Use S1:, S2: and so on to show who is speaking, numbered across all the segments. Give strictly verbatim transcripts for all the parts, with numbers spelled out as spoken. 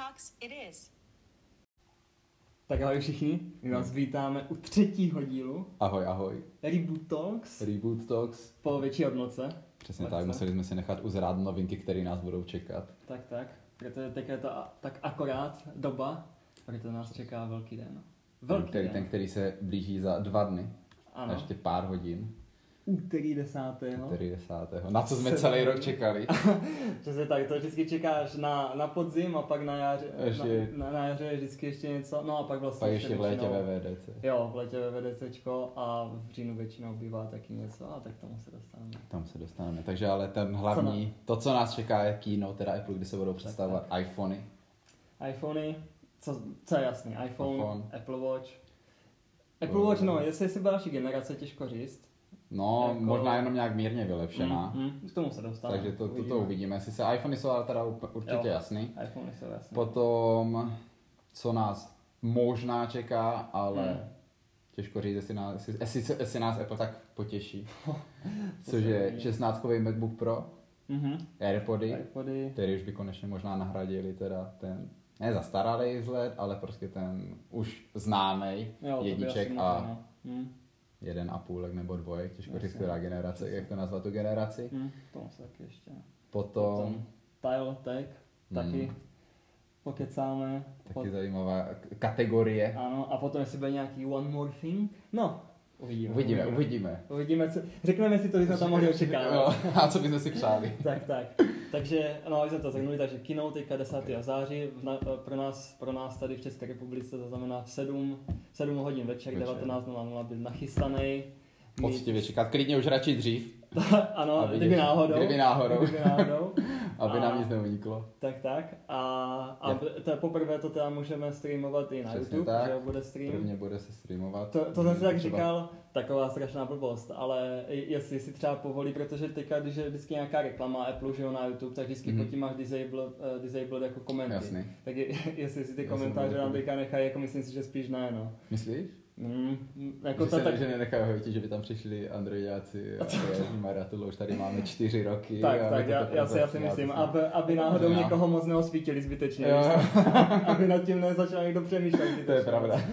S1: Talks, it is.
S2: Tak ahoj všichni, my vás vítáme u třetího dílu.
S3: Ahoj, ahoj.
S2: Reboot Talks.
S3: Reboot Talks.
S2: Po větší odmlce.
S3: Přesně tak, museli jsme si nechat uzrát novinky, které nás budou čekat.
S2: Tak, tak, protože teď je to a, tak akorát doba, protože nás čeká velký den. Velký
S3: ten, který,
S2: den.
S3: ten, který se blíží za dva dny.
S2: Ano.
S3: A ještě pár hodin.
S2: Úterý desátého.
S3: Úterý desátého. Na co jsme celý rok čekali.
S2: Přesně tak, to vždycky čekáš na, na podzim a pak na jaře,
S3: ještě,
S2: na, na, na jaře je vždycky ještě něco, no a pak vlastně
S3: pak ještě v létě
S2: většinou,
S3: ve V D C.
S2: Jo, v létě ve VDCčko a v říjnu většinou bývá taky něco a tak tomu se dostaneme.
S3: Tam se dostaneme, takže ale ten hlavní, co to co nás čeká je keynote, teda Apple, kdy se budou představovat tak, tak. iPhony.
S2: iPhony, co, co je jasný, iPhone, iPhone, Apple Watch. Apple
S3: uh,
S2: Watch, no, jestli si další generace, těžko říct.
S3: No,
S2: jako...
S3: možná jenom nějak mírně vylepšená.
S2: Mm, mm, k tomu se dostaneme.
S3: Takže to, to, to uvidíme. Jestli se iPhony jsou ale teda určitě jo, jasný.
S2: iPhony jsou jasný.
S3: Potom, co nás možná čeká, ale mm. těžko říct, jestli nás, jestli, jestli nás Apple tak potěší. Což je šestnáctkový MacBook Pro,
S2: mm-hmm.
S3: AirPody,
S2: AirPody,
S3: který už by konečně možná nahradili teda ten, ne zastaralý vzhled, ale prostě ten už známý jedniček a mm. jeden a půlek nebo dvojek, těžko říct, která generace, jak to nazvat tu generaci.
S2: Mm, to se taky ještě.
S3: Potom,
S2: Potom Tile Tech, taky mm. pokecáme.
S3: Taky
S2: Pot...
S3: zajímavá kategorie.
S2: Ano, a potom jestli bude nějaký One More Thing, no, uvidíme.
S3: Uvidíme, uvidíme.
S2: Uvidíme, co... řekneme si to, že jsme tam mohli očekávat.
S3: No, a co bychom si přáli.
S2: tak, tak. Takže, no, jsme to zhrnuli, takže keynote teďka desátého září, na, pro, nás, pro nás tady v České republice to znamená sedm hodin večer, večer. devatenáct nula nula být nachystaný.
S3: Poctivě čekat, klidně už radši dřív.
S2: Ano, kdyby náhodou.
S3: Kdyby náhodou.
S2: Kdyby náhodou.
S3: Aby
S2: a,
S3: nám nic neuniklo.
S2: Tak, tak. A, a to, poprvé to teda můžeme streamovat i na Přesně YouTube, tak. Že bude stream.
S3: Prvně bude se streamovat.
S2: To, to jsem si tak třeba... říkal, taková strašná blbost, ale jestli si třeba povolí, protože teďka, když je vždycky nějaká reklama Apple, že jo, na YouTube, tak vždycky mm-hmm. pod tím máš disabled, uh, disabled jako komenty.
S3: Jasný.
S2: Tak je, jestli si ty komentáře nám teďka nechají, jako myslím si, že spíš ne, no.
S3: Myslíš?
S2: Mm, jako
S3: že
S2: ta,
S3: se
S2: tak...
S3: že nenechají hojtit, že by tam přišli androidáci a Maratulu, už tady máme čtyři roky.
S2: Tak, tak, já, já si asi myslím, aby, aby náhodou no. někoho moc neosvítili zbytečně, aby nad tím nezačal někdo přemýšlet.
S3: To je pravda.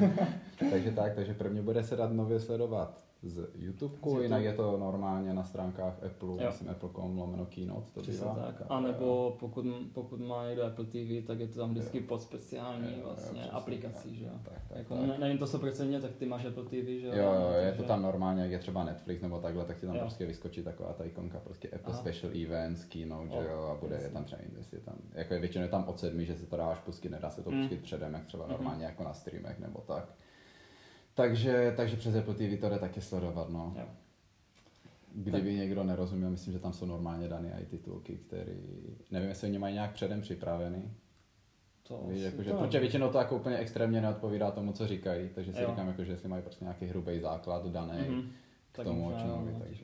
S3: takže tak, takže prvně bude se dát nově sledovat z YouTubeku, YouTube. Jinak je to normálně na stránkách Apple, jo. myslím Apple tečka com lomeno keynote, to bývá.
S2: Tak. A nebo pokud, pokud má někdo Apple T V, tak je to tam vždycky jo. pod speciální jo, vlastně jo, aplikací, tak, že jo. Tak, tak, jako, tak. Nevím to sto procent, tak ty máš Apple T V, že jo.
S3: Jo, jo, je to tam normálně, jak je třeba Netflix nebo takhle, tak ti tam jo. prostě vyskočí taková ta ikonka, prostě Apple Aha. Special Events, keynote, že jo, a bude je tam třeba jestli tam, jako je většinou je tam od sedmi, že si to dáš pustit, nedá se to
S2: mm.
S3: pustit předem, jak třeba normálně mm. jako na streamech nebo tak. Takže, takže přes Apple T V to jde taky sledovat, no. Jo. Kdyby tak. někdo nerozuměl, myslím, že tam jsou normálně dané i titulky, které, nevím, jestli oni mají nějak předem připravený. To Víš, jako, že, to protože většinou to jako úplně extrémně neodpovídá tomu, co říkají, takže si jo. říkám, jako, že jestli mají prostě nějaký hrubý základ daný mm-hmm. k tak tomu, o čem mluví. Takže,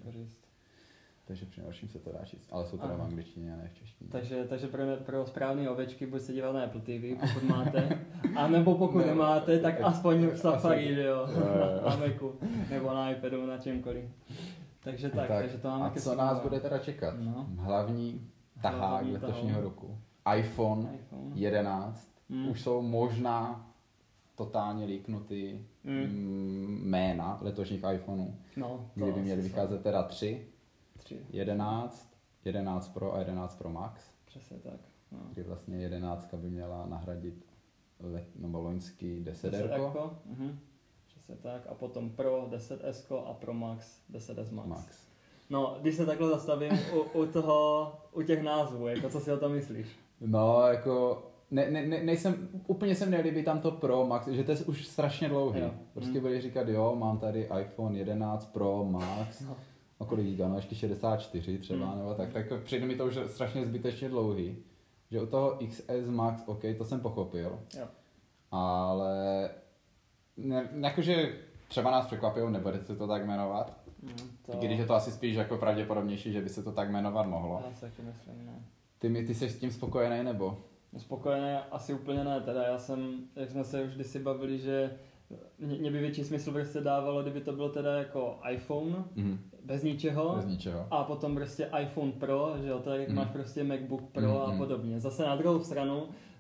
S3: takže přinejmenším se to dá číst, ale jsou teda v angličtině a ne v češtině. Takže,
S2: takže pro, pro správné ovečky buď se dívat na Apple T V, pokud máte, a nebo pokud ne, nemáte, tak ne, aspoň v Safari, že jo, na Macu, nebo na iPadu, na čemkoliv. Takže tak, tak takže to máme.
S3: A co nás bude teda čekat? No. Hlavní tahák letošního roku. iPhone, iPhone. jedenáct. Mm. Už jsou možná totálně líknutý mm. jména letošních iPhoneů. No, kdyby měly vycházet teda tři. jedenáct, jedenáct Pro a jedenáct Pro Max.
S2: Přesně tak. No.
S3: Kdy vlastně jedenáct by měla nahradit let, nebo loňský deset R.
S2: Mhm. Přesně tak. A potom Pro deset S a Pro Max deset S Max. Max. No, když se takhle zastavím u, u toho, u těch názvů, jako co si o tom myslíš?
S3: No, jako ne, ne, ne, nejsem, úplně se mi nelíbí tam to Pro Max, že to je už strašně dlouhý. Jo. Prostě hmm. budeš říkat, jo, mám tady iPhone jedenáct Pro Max. No. A kolik giga, no ještě šedesát čtyři třeba, hmm. nebo tak, tak přijde mi to už strašně zbytečně dlouhý. Že u toho X S Max, ok, to jsem pochopil,
S2: jo.
S3: ale ne, jakože třeba nás překvapilo, nebude se to tak jmenovat, hmm, to... když je to asi spíš jako pravděpodobnější, že by se to tak jmenovat mohlo.
S2: Já se taky myslím, ne.
S3: Ty, ty jsi s tím spokojený, nebo?
S2: Spokojený asi úplně ne, teda já jsem, jak jsme se už kdysi bavili, že mě by větší smysl prostě dávalo, kdyby to bylo teda jako iPhone, mm. bez ničeho,
S3: bez ničeho,
S2: a potom prostě iPhone Pro, že jo, tak jak mm. máš prostě MacBook Pro mm. a podobně. Zase na druhou stranu,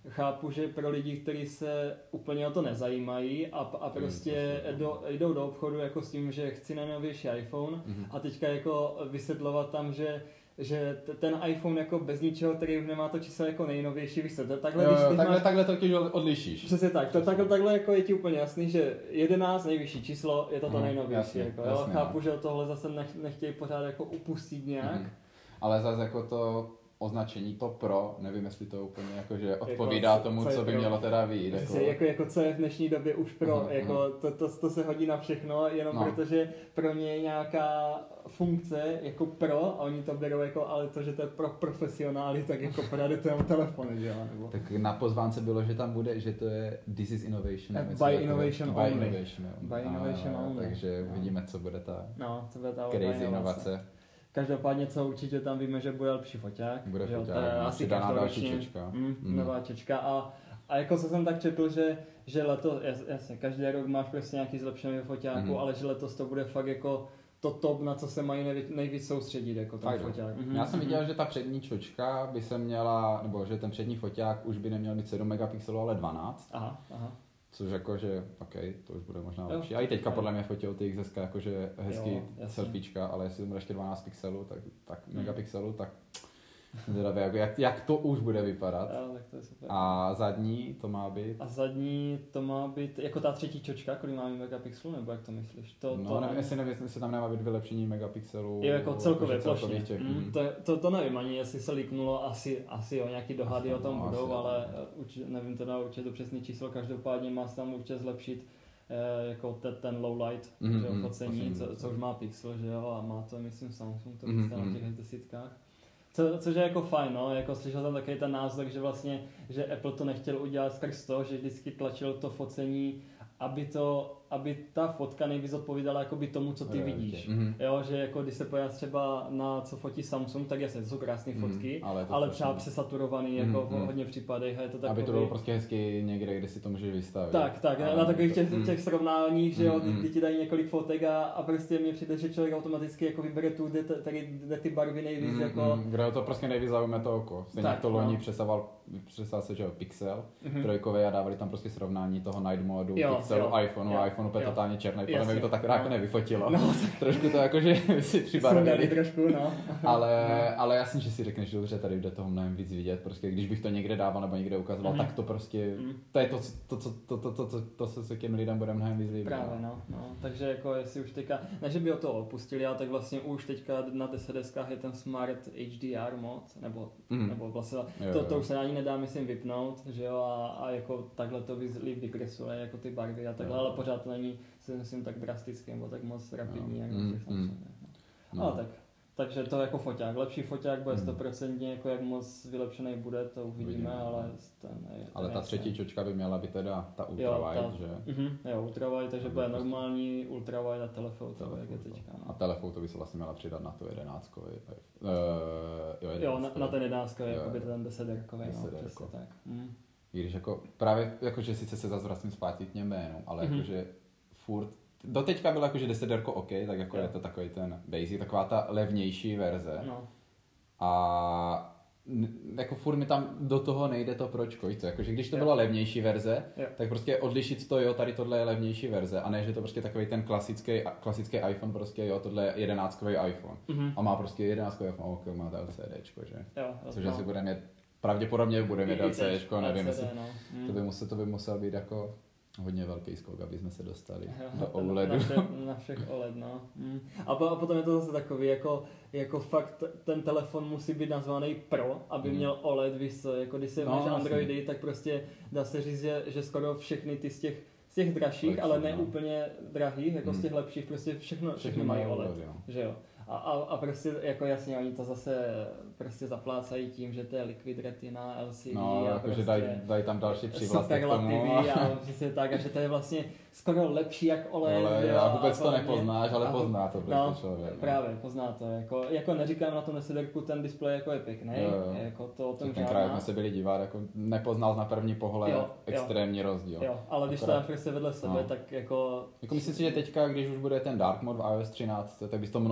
S2: chápu, že pro lidi, kteří se úplně o to nezajímají a, a prostě do, jdou do obchodu jako s tím, že chci nejnovější iPhone mm-hmm. a teďka jako vysvětlovat tam, že že ten iPhone jako bez ničeho, který už nemá to číslo jako nejnovější, víš co, takhle,
S3: jo,
S2: když,
S3: jo,
S2: když
S3: takhle,
S2: máš...
S3: takhle to když odlišíš.
S2: Přesně tak, to, takhle, takhle jako je ti úplně jasný, že jedenáct nejvyšší číslo je to to
S3: mm,
S2: nejnovější,
S3: jasně,
S2: jako,
S3: jasně,
S2: jo, chápu, no. Že tohle zase nech, nechtějí pořád jako upustit nějak. Mm.
S3: Ale zase jako to označení to pro, nevím, jestli to úplně jakože odpovídá jako, tomu, co, co by mělo teda vyjít.
S2: Jako... Jako, jako co je v dnešní době už pro, uh-huh, jako uh-huh. To, to, to se hodí na všechno, jenom no. Protože pro ně je nějaká funkce jako pro a oni to berou jako, ale to, že to je pro profesionály, tak jako pořád to je telefony, že jo? Nebo...
S3: Tak na pozvánce bylo, že tam bude, že to je This is Innovation.
S2: Uh, by innovation
S3: by
S2: only.
S3: Innovation,
S2: by innovation
S3: a,
S2: only.
S3: Takže
S2: no.
S3: Uvidíme, co bude ta,
S2: no, co bude ta
S3: crazy inovace.
S2: Každopádně, co určitě tam víme, že bude lepší foťák.
S3: Bude
S2: že
S3: foťák,
S2: to je asi
S3: další čečka.
S2: Mm, mm. Nová čečka a, a jako co jsem tak četl, že, že letos, jasně, každý rok máš prostě nějaký zlepšený foťáku, mm. ale že letos to bude fakt jako to top, na co se mají nejvíc, nejvíc soustředit, jako ten fakt, foťák. Mm-hmm.
S3: Já jsem viděl, že ta přední čočka by se měla, nebo že ten přední foťák už by neměl mít sedm megapixelů, ale dvanáct.
S2: Aha, aha.
S3: Což jakože, ok, to už bude možná lepší. A i teďka podle mě fotil ty X S jakože hezký jo, selfiečka, ale jestli to bude ještě dvanáct pixelů, tak, tak mm. megapixelů, tak Zvědavě, jak, jak to už bude vypadat.
S2: Jo, tak to je super.
S3: A zadní to má být?
S2: A zadní to má být jako ta třetí čočka, kolik máme megapixelů, nebo jak to myslíš? To,
S3: no,
S2: to
S3: nevím, jestli nevím, jestli tam nemá být vylepšení megapixelů.
S2: Jo, jako celkově, plošně.
S3: Těch,
S2: mm, to, to, to nevím ani, jestli se líknulo, asi, asi jo, nějaký dohady o tom no, budou, ale určitě, nevím teda určitě to přesné číslo, každopádně má se tam určitě zlepšit eh, jako ten, ten low light, mm, že jo,
S3: mm,
S2: focení, co, co už má pixel, že jo, a má to, myslím, Samsung, to mm, na těch desítkách. Co, což je jako fajn, no, jako slyšel jsem takový ten názor, že vlastně, že Apple to nechtěl udělat skrz to, že vždycky tlačil to focení, aby to, aby ta fotka nejvíc odpovídala jakoby tomu, co ty je, vidíš. Mm-hmm. Jo, že jako když se podíváš třeba na co fotí Samsung, tak jasně, to jsou krásné fotky, mm, ale, ale třeba přesaturovaný jako mm-hmm. v hodně případech a je to takový...
S3: Aby to bylo prostě hezky někde, kde si to můžeš vystavit.
S2: Tak, tak, ale na takových těch, těch srovnáních, že jo, ty, ty ti dají několik fotek a, a prostě mně přijde, že člověk automaticky jako vybere tu, kde, tady, kde ty barvy nejvíc mm, jako...
S3: Mm, kde to prostě nejvíc zaujme to oko. Stejně jak to loni no. přesával, přesával se, že jo, Pixel, mm-hmm. trojkový a dávali tam prostě srovnání toho night modu, jo, Pixelu, jo, iPhoneu, jo, iPhoneu úplně totálně černý, podle mě by to tak rád no. nevyfotilo. No. Trošku to jakože si přibarvili.
S2: trošku, no.
S3: ale, no. ale jasně, že si řekneš, dobře, tady jde toho mnohem víc vidět, prostě když bych to někde dával nebo někde ukazoval, mm. tak to prostě, mm. to je to, to, to, to, to, to, to, to se těm lidem bude mnohem víc líbit.
S2: Právě, no. no. Takže jako jestli už teďka, ne, že by o to opustili, ale tak vlastně už teďka na deset deskách je ten Smart H D R mod, nebo, mm. nebo vlastně, jo, to, to už se ani nedá, myslím, vypnout, že jo, a, a jako takhle to líp vykresluje, jako ty barvy a takhle, jo. Ale pořád to není, si myslím, tak drastický, nebo tak moc rapidní, no. jak mm, těch Samsung. Mm. No. Ale tak, takže to jako foťák, lepší foťák bude sto procent, jako jak moc vylepšený bude, to uvidíme, uvidíme. ale ten je,
S3: Ale
S2: ten
S3: ta třetí čočka by měla být teda ta ultrawide, že?
S2: Uh-huh, jo, ultrawide, takže bude prostě normální ultrawide a telefoto, jak je teďka. No.
S3: A telefoto by se vlastně měla přidat na to jedenáctkový. Uh,
S2: jo, jo na, na ten jedenáctkový, jako by ten desetderkový, no, přesně tak. Mm.
S3: I když jako právě, jakože sice se zase vracím zpátky k těm jménům, ale mm-hmm. jakože furt, doteďka bylo jakože desetderko OK, tak jako jo. je to takový ten basic, taková ta levnější verze. No. A jako furt mi tam do toho nejde to pročko, víš co, jakože když to jo. byla levnější verze, jo. tak prostě odlišit to, jo, tady tohle je levnější verze a ne, že to prostě takový ten klasický, klasický iPhone, prostě jo, tohle je jedenáctkový iPhone mm-hmm. a má prostě jedenáctkový iPhone, OK, má LCDčko, že? Jo, což no. asi bude mít, pravděpodobně bude mít LCDčko, nevím, jestli, no. mm. to, by musel, to by musel být jako hodně velký skok, aby jsme se dostali jo, do O L E D u.
S2: Na všech, na všech O L E D, no. Mm. A, po, a potom je to zase takový, jako, jako fakt ten telefon musí být nazvaný Pro, aby mm. měl O L E D, víš co, jako když se no, máš Androidy, vlastně. Tak prostě dá se říct, že, že skoro všechny ty z těch, z těch dražších, lepší, ale ne no. úplně drahých, jako mm. z těch lepších, prostě všechno, všechny, všechny mají O L E D, jo. že jo. A, a, a prostě jako jasně, oni to zase prostě zaplácají tím, že to je Liquid Retina, L C D
S3: no,
S2: a
S3: jako
S2: prostě
S3: že dají daj tam další přívlastek k tomu.
S2: A přesně tak, a že to je vlastně skoro lepší jak O L E D.
S3: Ale já vůbec a to nepoznáš, ale pozná to prostě
S2: no,
S3: člověk.
S2: Právě, pozná to. Jako, jako neříkám na tom desederku, ten displej jako je pěkný. Jo, jo. Jako to o tom žádná.
S3: Tenkrát jsme se byli dívat, jako nepoznal na první pohled jo, extrémní jo. rozdíl.
S2: Jo, ale když to dáš prostě vedle sebe, no. tak jako...
S3: Jako myslím si, že teďka, když už bude ten Dark Mode v iOS třináct, tak bys to mnohem, jakože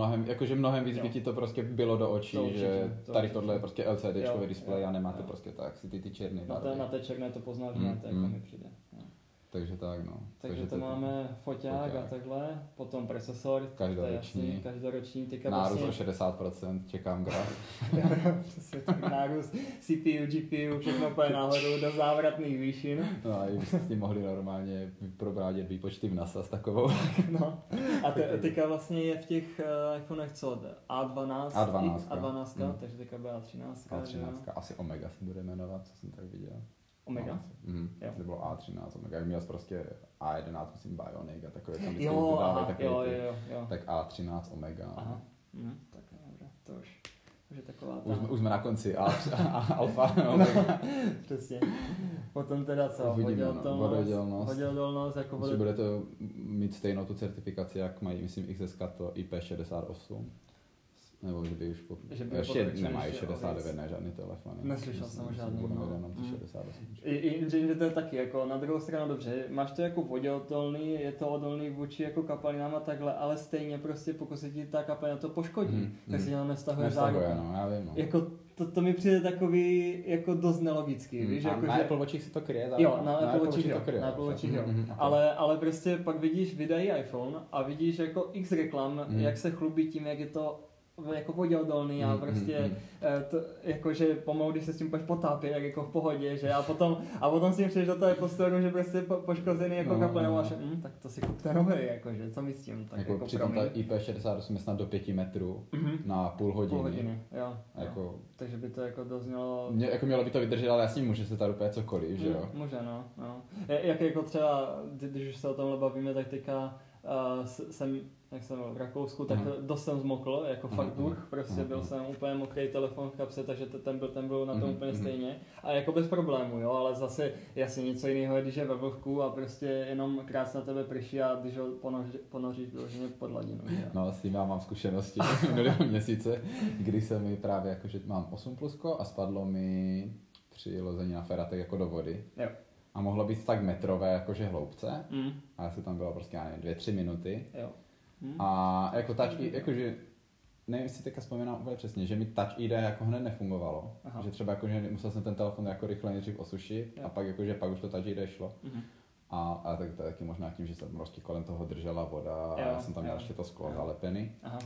S3: jakože mnohem víc jo. by ti to prostě bylo do očí, to určitě, že to tady určitě. Tohle je prostě LCDčkový displej a nemá to prostě tak, si ty ty černý barvy.
S2: Na té černé to poznáš, mm, ne, tak mm. mi přijde. Jo.
S3: Takže tak, no.
S2: Takže, Takže to, to máme foťák, foťák a takhle, potom procesor,
S3: každoroční,
S2: každoroční,
S3: tyka nárůst vlastně... o šedesát procent, čekám graf.
S2: Přesně, nárůst C P U, G P U, všechno úplně nahoru do závratných výšin.
S3: No a byste s tím mohli normálně provádět výpočty v NASA s takovou.
S2: No a te, teďka vlastně je v těch uh, iPhonech co? A dvanáct,
S3: A dvanáct,
S2: A dvanáct
S3: mm.
S2: takže teďka bude A třináct.
S3: A třináct, asi Omega se bude jmenovat, co jsem tak viděl.
S2: Omega?
S3: No, mm, to bylo A třináct, Omega. Jak měl prostě A jedenáct, myslím Bionic a takové tam vždycky
S2: jo,
S3: dodávají takové
S2: jo,
S3: ty,
S2: jo, jo.
S3: tak A třináct Omega.
S2: Aha, mm, tak dobré, to už, už je taková ta...
S3: Už, už jsme na konci A, a Alfa, no,
S2: no, přesně. Potom teda co?
S3: Uvidíme, vodělnost, vododělnost.
S2: Vododělnost, jako
S3: vododělnost. Bude to mít stejnou tu certifikaci, jak mají, myslím, X S to I P šedesát osm. Nebo že by už po...
S2: Že by
S3: ještě nemají šedesát devět, ne, žádný telefony.
S2: Neslyšel jsem o žádný, no.
S3: šedesát osm.
S2: Jenže to je taky, jako na druhou stranu dobře, máš to jako voděodolný, je to odolný vůči jako kapalinám a takhle, ale stejně prostě pokud se ti ta kapalina to poškodí, mm, tak mm. si to nestahuje záruka.
S3: No, já vím, no.
S2: Jako to, to mi přijde takový jako dost nelogický, mm. víš,
S3: a
S2: jako
S3: na
S2: že...
S3: Apple Watchích si to kryje záruka?
S2: Jo, na Apple Watchích jo, na Apple Watchích jo. Mm, okay. ale, ale prostě pak vidíš videí iPhone a vidíš jako x reklam, mm. jak se chlubí tím, jak je to jako voděodolný a prostě mm, mm, to, jakože pomalu, když se s tím půjdeš potápět, jak jako v pohodě, že a potom, a potom si přijdeš do toho postoru, že prostě po, poškozený jako no, kaplinou a že, hm, tak to si kupte nový, jakože, co mi s tím, tak
S3: jako, jako přitom ta I P šedesát osm je snad do pěti metrů mm-hmm. na půl hodiny.
S2: Půl hodiny, jo.
S3: Jako,
S2: jo. Takže by to jako doznělo...
S3: Mě, jako mělo by to vydržet, ale jasně může se tady úplně cokoliv, že jo?
S2: Může, no, no. Jak jako třeba, když už se o tomhle bavíme, tak teďka uh, jsem jak jsem byl v Rakousku, tak uh-huh. dost jsem zmokl, jako uh-huh. fakt duch, prostě uh-huh. byl jsem úplně mokrý, telefon v kapse, takže ten byl, ten byl na tom uh-huh. úplně stejně. A jako bez problému, jo, ale zase jasně něco jiného, když je ve vlhku a prostě jenom krásně na tebe prší a když ho ponoří, ponoříš vyloženě pod hladinu.
S3: No s tím já mám zkušenosti minulého měsíce, kdy se mi právě jakože mám osm plusko a spadlo mi při lození na feratek jako do vody.
S2: Jo.
S3: A mohlo být tak metrové jakože hloubce,
S2: mm.
S3: a asi tam bylo prostě, já nevím, dvě, tři minuty.
S2: Jo.
S3: Hmm. A jako touch, jakože, nevím, si teďka vzpomínám úplně přesně, že mi touch I D jako hned nefungovalo. Aha. Že třeba jakože musel jsem ten telefon jako rychle nejdřív osušit jo. a pak jakože pak už to touch I D šlo. Hmm. A, a tak to je taky možná tím, že jsem prostě kolem toho držela voda a jo, já jsem tam měl ještě to sklo zalepený. Aha.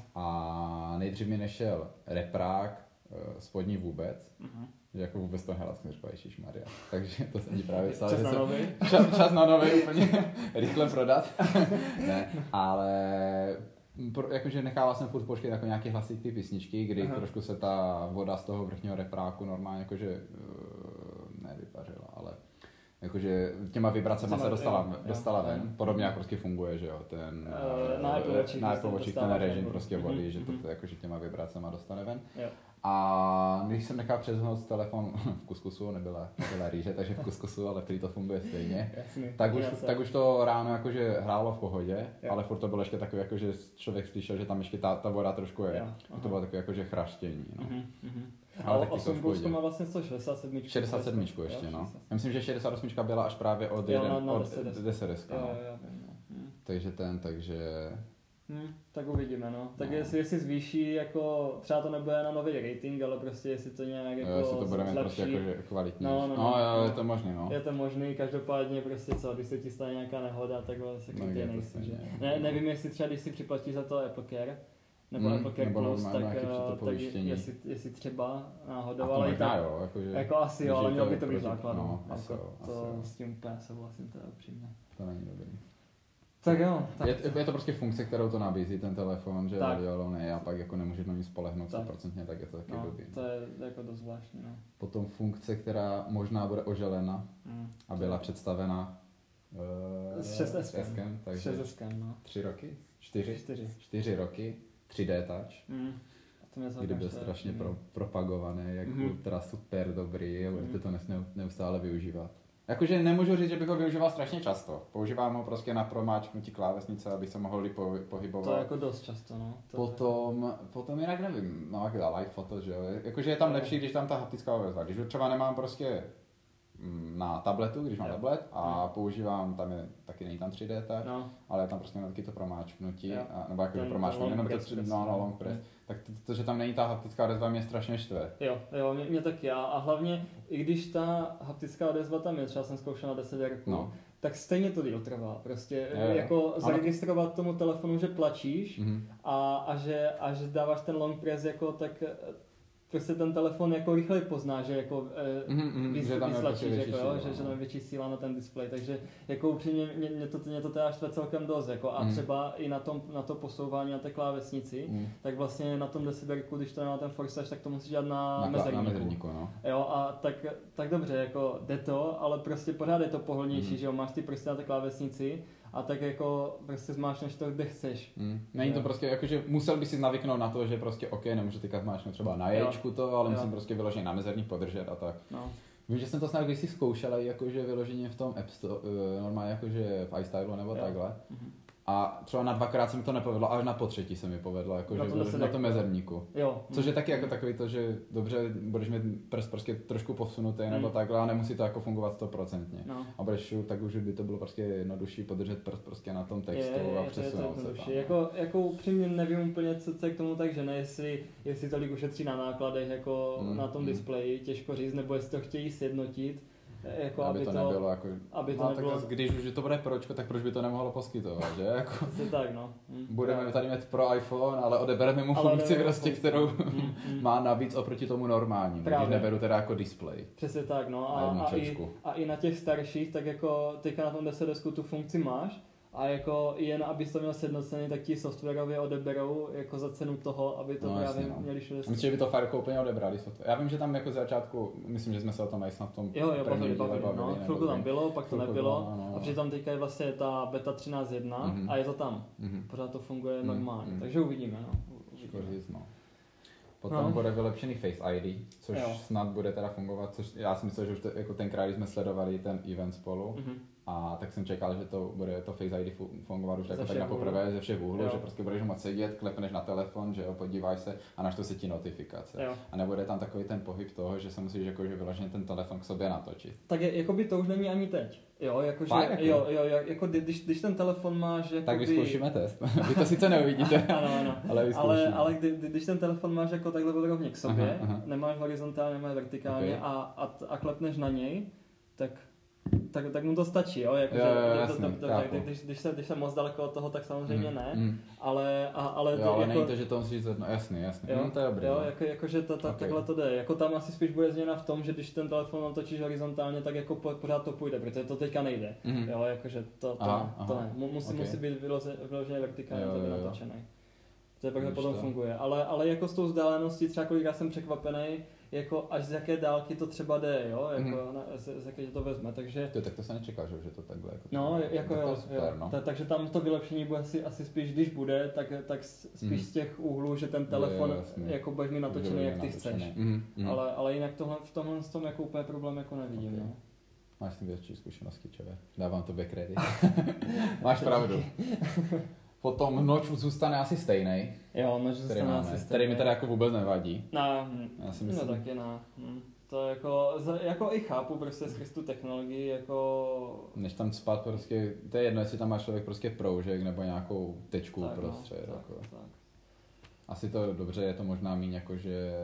S3: A nejdřív mi nešel reprák spodní vůbec. Aha. Že jako vůbec to hledat, jsem říkal, ježišmarja. Takže to jsem ti právě psal,
S2: čas
S3: že
S2: na
S3: jsem,
S2: nový.
S3: Čas, čas na nový úplně rychle prodat. Ne, ale pro, jakože nechával jsem furt počkat jako nějaký hlasitý písničky, kdy Aha. trošku se ta voda z toho vrchního repráku normálně jakože uh, nevypařila, ale jakože těma vibracemi se dostala, jo, dostala jo, ven, jo. Podobně jak prostě funguje, že jo, ten
S2: uh, na Apple
S3: Watchích ten režim prostě vody, mm-hmm. že to, to jakože těma vibracemi dostane ven. Jo. A když jsem nechal přes noc telefon v kuskusu, nebyla, nebyla rýže, takže v kuskusu, ale prý to funguje stejně,
S2: Jasný,
S3: tak, už, tak už to ráno jakože hrálo v pohodě, jo. ale furt to bylo ještě takový, jakože člověk slyšel, že tam ještě ta, ta voda trošku je. To bylo takové jakože chraštění. No.
S2: Uh-huh, uh-huh. Ale osm plus má vlastně co, šedesát sedm?
S3: šedesát sedm ještě, jo, no. Já myslím, že šedesát osm byla až právě od,
S2: jo,
S3: jeden,
S2: na,
S3: od deset deska. No.
S2: Hmm.
S3: Takže ten, takže...
S2: Hmm, tak uvidíme, no. Tak no. Jestli, jestli zvýší, jako třeba to nebude na nový rating, ale prostě jestli to nějak jako
S3: jo, jestli to bude mít prostě jako kvalitní.
S2: No, no,
S3: no, no, jo, je to možný, no.
S2: Je to možný, každopádně prostě co, když se ti stane nějaká nehoda, tak se
S3: no,
S2: krytě nejsi, že? Ne, nevím, jestli třeba, když si připlatíš za to Apple Care, nebo hmm, Apple Care
S3: nebo
S2: Plus, tak, tak jestli, jestli třeba náhodou, ale i tak,
S3: jo, jako, že,
S2: jako asi jo, ale mělo by to být základ,
S3: no,
S2: jako
S3: asi jo,
S2: to
S3: asi
S2: s tím úplně souhlasím, teda upřímně.
S3: To není dobrý.
S2: Tak jo. Tak
S3: je, je to prostě funkce, kterou to nabízí ten telefon, že radiolovný a pak jako nemůžeš na ní spolehnout sto procent, tak je to taky
S2: no,
S3: blbý.
S2: To je jako dost zvláštní, no.
S3: Potom funkce, která možná bude oželena mm. a byla představena
S2: uh, s šest eskem,
S3: takže
S2: no.
S3: tři roky? Čtyři?
S2: Čtyři.
S3: Čtyři roky, tři dé touch,
S2: mm.
S3: kdy byl strašně mm. pro, propagovaný, jako mm. ultra super dobrý, mm. budete to neustále využívat. Jakože nemůžu říct, že bych ho využíval strašně často. Používám ho prostě na promáčknutí klávesnice, abych se mohl po, pohybovat.
S2: To je jako dost často, no. To
S3: potom, je... potom jinak nevím, no jak live foto, že jo. Jakože je tam lepší, když tam ta haptická odezva. Když ho třeba nemám prostě na tabletu, když mám
S2: jo.
S3: tablet a používám, tam je, taky není tam tři dé tak, no. ale je tam prostě taky to promáčknutí, a, nebo jako promáčknutí, jenom to, no, no, long press. Mm. Tak to, to, že tam není ta haptická odezva, mě strašně štve.
S2: Jo, jo, mě, mě taky a, a hlavně, i když ta haptická odezva tam je, třeba jsem zkoušel na deset jarků, no. tak stejně to díl trvá. Prostě je, jako zaregistrovat ano. tomu telefonu, že plačíš mm-hmm. a, a, že, a že dáváš ten long press, jako, tak prostě ten telefon jako rychleji pozná, že jako mm-hmm, vys, vyslačíš, jako, jo, že, že tam je větší síla na ten displej, takže jako upřímně mě, mě, to, mě to teda štve celkem dost, jako, a mm. třeba i na, tom, na to posouvání na té klávesnici, mm. tak vlastně na tom deciberku, když to je na ten force touch, tak to musíš dělat na,
S3: na
S2: mezerníku.
S3: Na mezerníku no.
S2: Jo, a tak, tak dobře, jako jde to, ale prostě pořád je to pohodlnější, mm. že jo, máš ty prsty na té klávesnici, a tak jako prostě zmáčneš to, kde chceš.
S3: Mm. Není to prostě jako, že musel by si navyknout na to, že prostě ok, nemůžu teďka zmáčknout třeba na ječku to, ale jo. musím prostě vyloženě na mezerník podržet a tak. No. Vím, že jsem to snad kdysi zkoušel, jakože vyloženě v tom App Store, normálně jakože v iStylu nebo jo. takhle. Mm-hmm. A třeba na dvakrát se mi to nepovedlo, až na potřetí se mi povedlo, jakože na, na tom mezerníku.
S2: Jo.
S3: Což je taky jako takový to, že dobře, budeš mít prst prostě trošku posunutý mm. nebo takhle a nemusí to jako fungovat stoprocentně. No. A budeš tak už by to bylo prostě jednodušší podržet prst prostě na tom textu je, je, a přesunout se tam.
S2: Jako, jako upřímně nevím úplně, co se k tomu tak žene, jestli, jestli tolik ušetří na nákladech jako mm. na tom mm. displeji, těžko říct, nebo jestli to chtějí sjednotit. Jako
S3: aby, aby to nebylo jako,
S2: aby to
S3: no,
S2: nebylo...
S3: tak když už to bude pročko, tak proč by to nemohlo poskytovat, že? Jako,
S2: tak, no. Mm,
S3: budeme tady mít pro iPhone, ale odebereme mu ale funkci, prostě, kterou mm, mm. má navíc oproti tomu normálnímu, když neberu teda jako display.
S2: Přesně tak, no. A, a, i, a i na těch starších, tak jako teďka na tom deset desku tu funkci máš, a jako jen abys to měl sjednocený, tak ti softwarově odeberou jako za cenu toho, aby to no, právě jasně, no. měli všude.
S3: Myslím, že by to Fireco úplně odebrali software. Já vím, že tam jako z začátku, myslím, že jsme se o tom i snad v tom
S2: jo, jo, první bavili, bavili, no, chvilku tam bylo, pak to nebylo no, no, no. a přitom teďka je vlastně ta beta třináct jedna mm-hmm. a je to tam. Mm-hmm. Pořád to funguje mm-hmm. normálně, mm-hmm. takže uvidíme, no. Uvidíme.
S3: Říct, no. Potom no. bude vylepšený Face I D, což jo. snad bude teda fungovat, což já si myslel, že už to, jako tenkrát, když jsme sledovali ten event spolu, mm-hmm. a tak jsem čekal, že to bude to Face I D fungovat už jako tak na poprvé ze všech úhlů, že prostě budeš moct sedět, klepneš na telefon, že jo, podíváš se a naštve se ti notifikace. Jo. A nebude tam takový ten pohyb toho, že se musíš jakože vyloženě ten telefon k sobě natočit.
S2: Tak je, jakoby to už není ani teď. Jo, jakože, jako? jo, jo, jako když, když ten telefon máš jakoby...
S3: Tak vyzkoušíme test. Vy to sice neuvidíte,
S2: ano, ano.
S3: ale vyzkoušíme.
S2: Ale, ale kdy, když ten telefon máš jako takhle rovně k sobě, aha, aha. nemáš horizontálně, nemáš vertikálně okay. a, a, a klepneš na něj, tak... Tak, tak mu to stačí, jo, jako, jo, jo, jasný, to, to, to, tak, když, když, se, když se moc daleko od toho, tak samozřejmě mm, ne, mm. ale, a, ale,
S3: jo,
S2: to,
S3: ale
S2: jako,
S3: není to, že to musíš zvednout, jasný, jasný,
S2: jo,
S3: mm, to je dobrý.
S2: Jo, jako, jako že to, to, okay. takhle to jde, jako tam asi spíš bude změna v tom, že když ten telefon natočíš horizontálně, tak jako po, pořád to půjde, protože to teďka nejde, mm. jo, jakože to, to, aha, ne, to aha. ne, musí, okay. musí být vyloženě vertikálně to natočený. To je pak potom funguje, ale, ale jako s tou vzdáleností třeba kolikrát jsem překvapený, jako až z jaké dálky to třeba jde, jo, jako mm. na, z, z jaké to vezme, takže...
S3: To, tak to se nečeká, že to takhle jako...
S2: No, jako jo, super, jo. No. Ta, takže tam to vylepšení bude asi, asi spíš, když bude, tak, tak spíš mm. z těch úhlů, že ten telefon je, jako budeš mi natočený, jak ty natočený. Chceš, mm. Mm. Ale, ale jinak tohle, v tomhle s tom jako úplně problém jako nevidím, okay. no.
S3: Máš s tím větší zkušenosti, čeve, dávám tobě kredit. Máš pravdu. Potom noč zůstane asi stejný.
S2: Jo, noč zůstane asi stejný.
S3: Který mi tady jako vůbec nevadí.
S2: No, já si myslím. No taky ne. Hm. To jako, jako i chápu prostě skrz tu technologii, jako...
S3: Než tam spát prostě, to je jedno, jestli tam má člověk prostě proužek nebo nějakou tečku
S2: tak,
S3: prostřed.
S2: No,
S3: jako.
S2: tak, tak.
S3: Asi to dobře, je to možná míň jako, že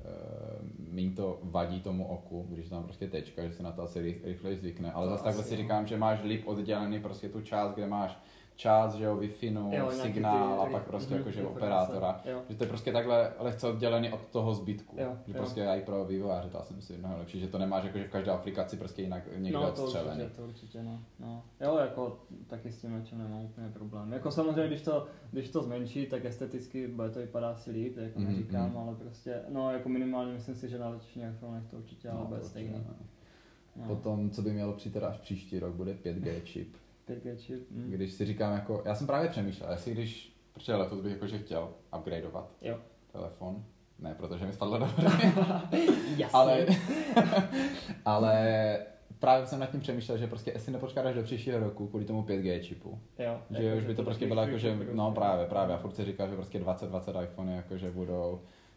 S3: míň to vadí tomu oku, když tam prostě tečka, že se na to asi rychleji zvykne. Ale to zase takhle si říkám, že máš líp oddělený prostě tu část, kde máš čas, že jo, Wi-Fi, signál ty, a pak prostě jakože operátora. Jo. Že to je prostě takhle lehce oddělený od toho zbytku. Jo, že jo. Prostě i pro vývojáře to asi myslím mnohem lepší, že to nemáš jakože v každé aplikaci prostě jinak někde
S2: no,
S3: odstřelený.
S2: No to určitě, to určitě, no. no. Jo, jako taky s tím něčem nemám úplně problém. Jako samozřejmě, když to, když to zmenší, tak esteticky bude to vypadá asi líp, jako mm, neříkám, mm. ale prostě, no jako minimálně myslím si, že na letošních iPhonech to určitě ale no, bude stejný.
S3: No. Potom, co by mělo přijít teda až příští rok, bude pět G čip.
S2: pět G čip. Mm.
S3: Když si říkám jako, já jsem právě přemýšlel, jestli když, protože letos bych jakože chtěl upgradeovat
S2: jo.
S3: telefon, ne protože mi spadlo do hry, ale, ale právě jsem nad tím přemýšlel, že prostě jestli nepočkáš až do příštího roku kvůli tomu pět G čipu,
S2: jo,
S3: že
S2: jako,
S3: už by to, to prostě bylo jako, že no právě, právě a furt se říká, že prostě dvacet dvacet iPhony jakože budou,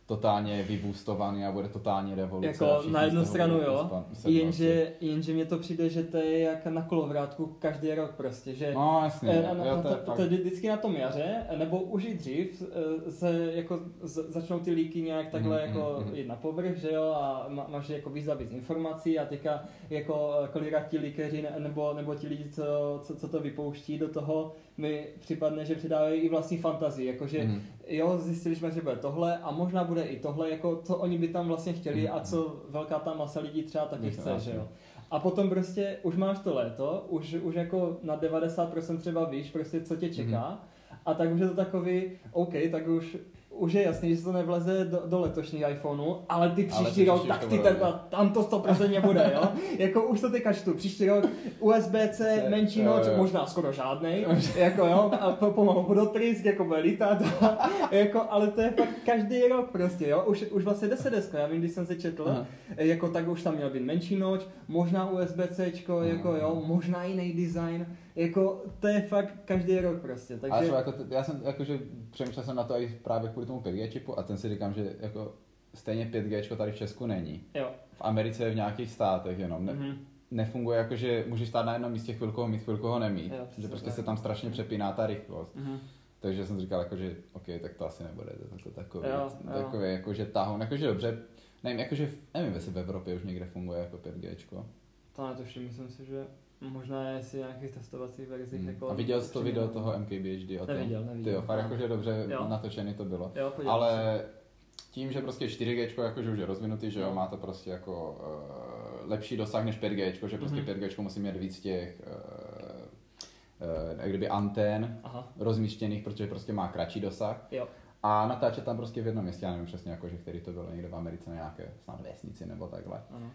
S3: totálně vyboostovaný a bude totální revoluce.
S2: Jako na jednu stranu jo, jenže, jenže mně to přijde, že to je jak na kolovrátku každý rok prostě, že
S3: no, jasně,
S2: na,
S3: jo,
S2: na,
S3: to,
S2: to,
S3: to,
S2: to vždycky na tom jaře, nebo už i dřív se jako z, začnou ty líky nějak takhle mm, jako mm, jít na povrch, že jo, a má, máš jako víc a víc informací a teďka jako kolikrát ti líkeři nebo, nebo ti lidi, co, co, co to vypouští do toho, mi připadne, že přidávají i vlastní fantazii, jakože mm. jo, zjistili jsme, že bude tohle a možná bude i tohle, jako co oni by tam vlastně chtěli mm. a co velká ta masa lidí třeba taky chce, vlastně. Že jo. A potom prostě už máš to léto, už, už jako na devadesát procent třeba víš prostě, co tě čeká mm. a tak už je to takový, OK, tak už už je jasný, že se to nevleze do, do letošních iPhoneu, ale ty příští ale rok, tak ty teda, tam to sto procent bude, jo? Jako už to teďka čtu, příští rok U S B C menší noč, možná skoro žádnej, jako jo, a pomalu vodotrýsk, jako bude lítat, jako, ale to je fakt každý rok prostě, jo? Už, už vlastně deset deska, já vím, když jsem se četl, aha. Jako tak už tam měl být menší noč, možná U S B C, jako jo, možná jiný design, jako to je fakt každý rok prostě, takže...
S3: Ale jako, já jsem jakože přemýšlel jsem na to i právě kvůli tomu pět G čipu a ten si říkám, že jako stejně pět G tady v Česku není.
S2: Jo.
S3: V Americe v nějakých státech jenom. Ne, mm-hmm. Nefunguje jako, že můžeš stát na jednom místě, chvilku ho mít, chvilku ho nemít. Jo, že prostě tak. Se tam strašně přepíná ta rychlost. Mm-hmm. Takže jsem říkal, jako, že OK, tak to asi nebude to takový, jo, takový jo. Jako, že tahoun, jakože dobře, nevím, jakože, nevím, jestli v Evropě už někde funguje jako pět G.
S2: To netuším, myslím si, že možná je si nějakých testovacích verzích.
S3: Hmm.
S2: Jako
S3: a viděl jsi to video toho M K B H D o tom?
S2: Neviděl, neviděl.
S3: Tyjo, fakt jakože dobře jo. Natočený to bylo.
S2: Jo,
S3: ale se. Tím, že prostě čtyři G jakože už je rozvinutý, že jo, má to prostě jako uh, lepší dosah než pět G, že prostě mm-hmm. pět G musí mít víc těch uh, uh, jak kdyby antén aha. rozmístěných, protože prostě má kratší dosah.
S2: Jo.
S3: A natáčet tam prostě v jednom městě, já nevím přesně, jako, že který to bylo někde v Americe na nějaké snad vesnici nebo takhle.
S2: Ano.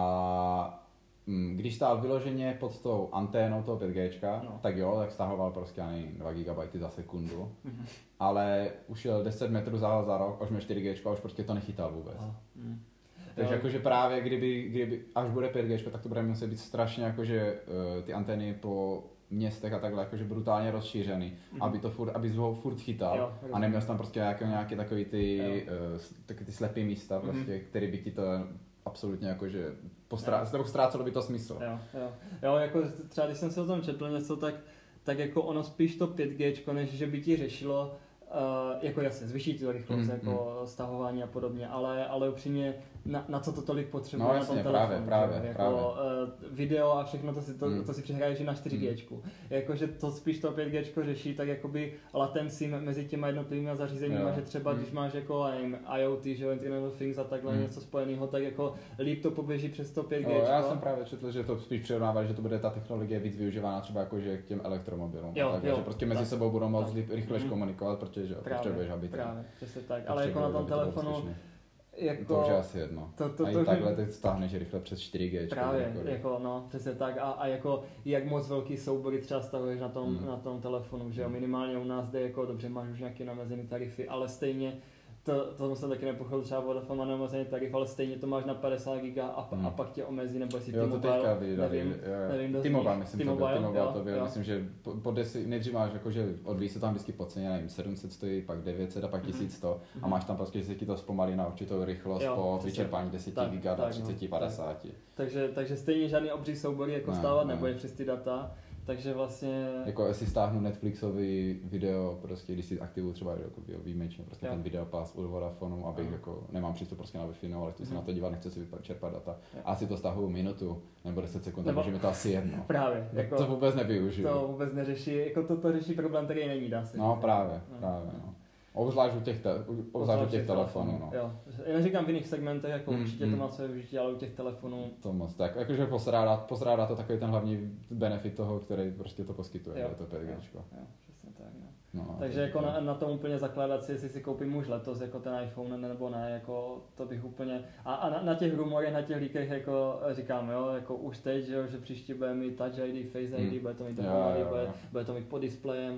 S3: A když stál vyloženě pod tou anténou toho pět G,
S2: no.
S3: tak jo, tak stahoval prostě ani dva gigabajty za sekundu, mm-hmm. ale už jel deset metrů za, za rok, už měl čtyři G a už prostě to nechytal vůbec. Mm. Takže jo. Jakože právě kdyby, kdyby, až bude pět G, tak to bude muset být strašně jakože uh, ty antény po městech a takhle jakože brutálně rozšířený, mm-hmm. aby to furt, aby ho furt chytal jo, a neměl tam prostě nějaké, nějaké takový ty, uh, takový ty slepý místa prostě, mm-hmm. který by ti to absolutně jakože postrá... ztrácelo by to smysl.
S2: Jo, jo. jo, jako třeba když jsem se o tom četl něco, tak, tak jako ono spíš to pět G, než že by ti řešilo, uh, jako jasně, zvyšit tu rychlost, mm, jako mm. stahování a podobně, ale, ale upřímně, na, na co to tolik potřebuje
S3: no,
S2: na
S3: jasně,
S2: tom telefonu,
S3: právě, právě,
S2: jako
S3: právě.
S2: Uh, video a všechno to si, to, mm. to si přehraješ na čtyři G. Mm. Jakože to spíš to pět G řeší, tak jakoby latenci mezi těma jednotlivými zařízeními, že třeba mm. když máš jako I O T, že Internet of Things a takhle mm. něco spojeného, tak jako líp to poběží přes to pět G.
S3: No, já jsem právě četl, že to spíš přirovnávali, že to bude ta technologie víc využívána třeba jakože k těm elektromobilům.
S2: Jo,
S3: tak,
S2: jo,
S3: že prostě mezi tak, sebou budou moc rychle mm. komunikovat, protože jo, potřebuješ, aby to.
S2: Právě, přesně tak, ale jako na tom telefonu jako,
S3: to už je asi jedno. To, to, a to, i takhle teď stáhneš rychle přes čtyři G.
S2: Právě, jako, jako no, přesně tak. A, a jako jak moc velký soubory třeba stavuješ na tom, mm. na tom telefonu, že jo, minimálně u nás jde jako dobře, máš už nějaké namezené tarify, ale stejně to, to jsem taky nepochopil, třeba Vodafone má neomezený tarif, ale stejně to máš na padesát giga a, hmm. a pak tě omezí, nebo jestli T-Mobile, nevím, nevím,
S3: T-Mobile, myslím, T-Mobile, to byl, T-Mobile to byl, myslím, že po, po desi, nejdřív máš jakože odvíjí se tam vždycky po ceně, nevím, sedm set stojí, pak devět set a pak tisíc sto mm-hmm. a máš tam prostě, že se ti to zpomalí na určitou rychlost jo, po vyčerpání deset giga do třicet padesát.
S2: No, takže, takže stejně žádný obří soubory jako ne, stávat ne. Nebude přes ty data. Takže vlastně...
S3: Jako jestli stáhnu Netflixový video, prostě když si aktivuju třeba jako výjimečně prostě jo. ten videopass u Vodafonu, abych jako, nemám přístup prostě na Wi-Fi, no, ale chci mm. se na to dívat, nechci si čerpat data. Jo. A asi to stáhuju minutu nebo deset sekund, nebo... takže mi to asi jedno.
S2: Právě. Jako,
S3: to vůbec nevyužiju.
S2: To vůbec neřeší, jako to, to řeší problém, který není, dá se.
S3: No právě, no. právě, no. Obzvlášť u těch, te, obzvlášť u těch telefonů, no.
S2: Jo. Já neříkám v jiných segmentech, jako mm, určitě mm. to má své využití, ale u těch telefonů...
S3: To moc tak, jakože posrádá, posrádá to takový ten hlavní benefit toho, který prostě to poskytuje, jo. Je to pět G.
S2: Jo, jo, přesně tak, no. No, takže jako na, na tom úplně zakládat si, jestli si koupím už letos jako ten iPhone nebo ne, jako to bych úplně... A, a na, na těch rumorech, na těch líkech jako říkám, jo, jako už teď, že, že příště bude mít Touch I D, Face I D, mm. bude to mít dohromady, bude, bude to mít pod displejem.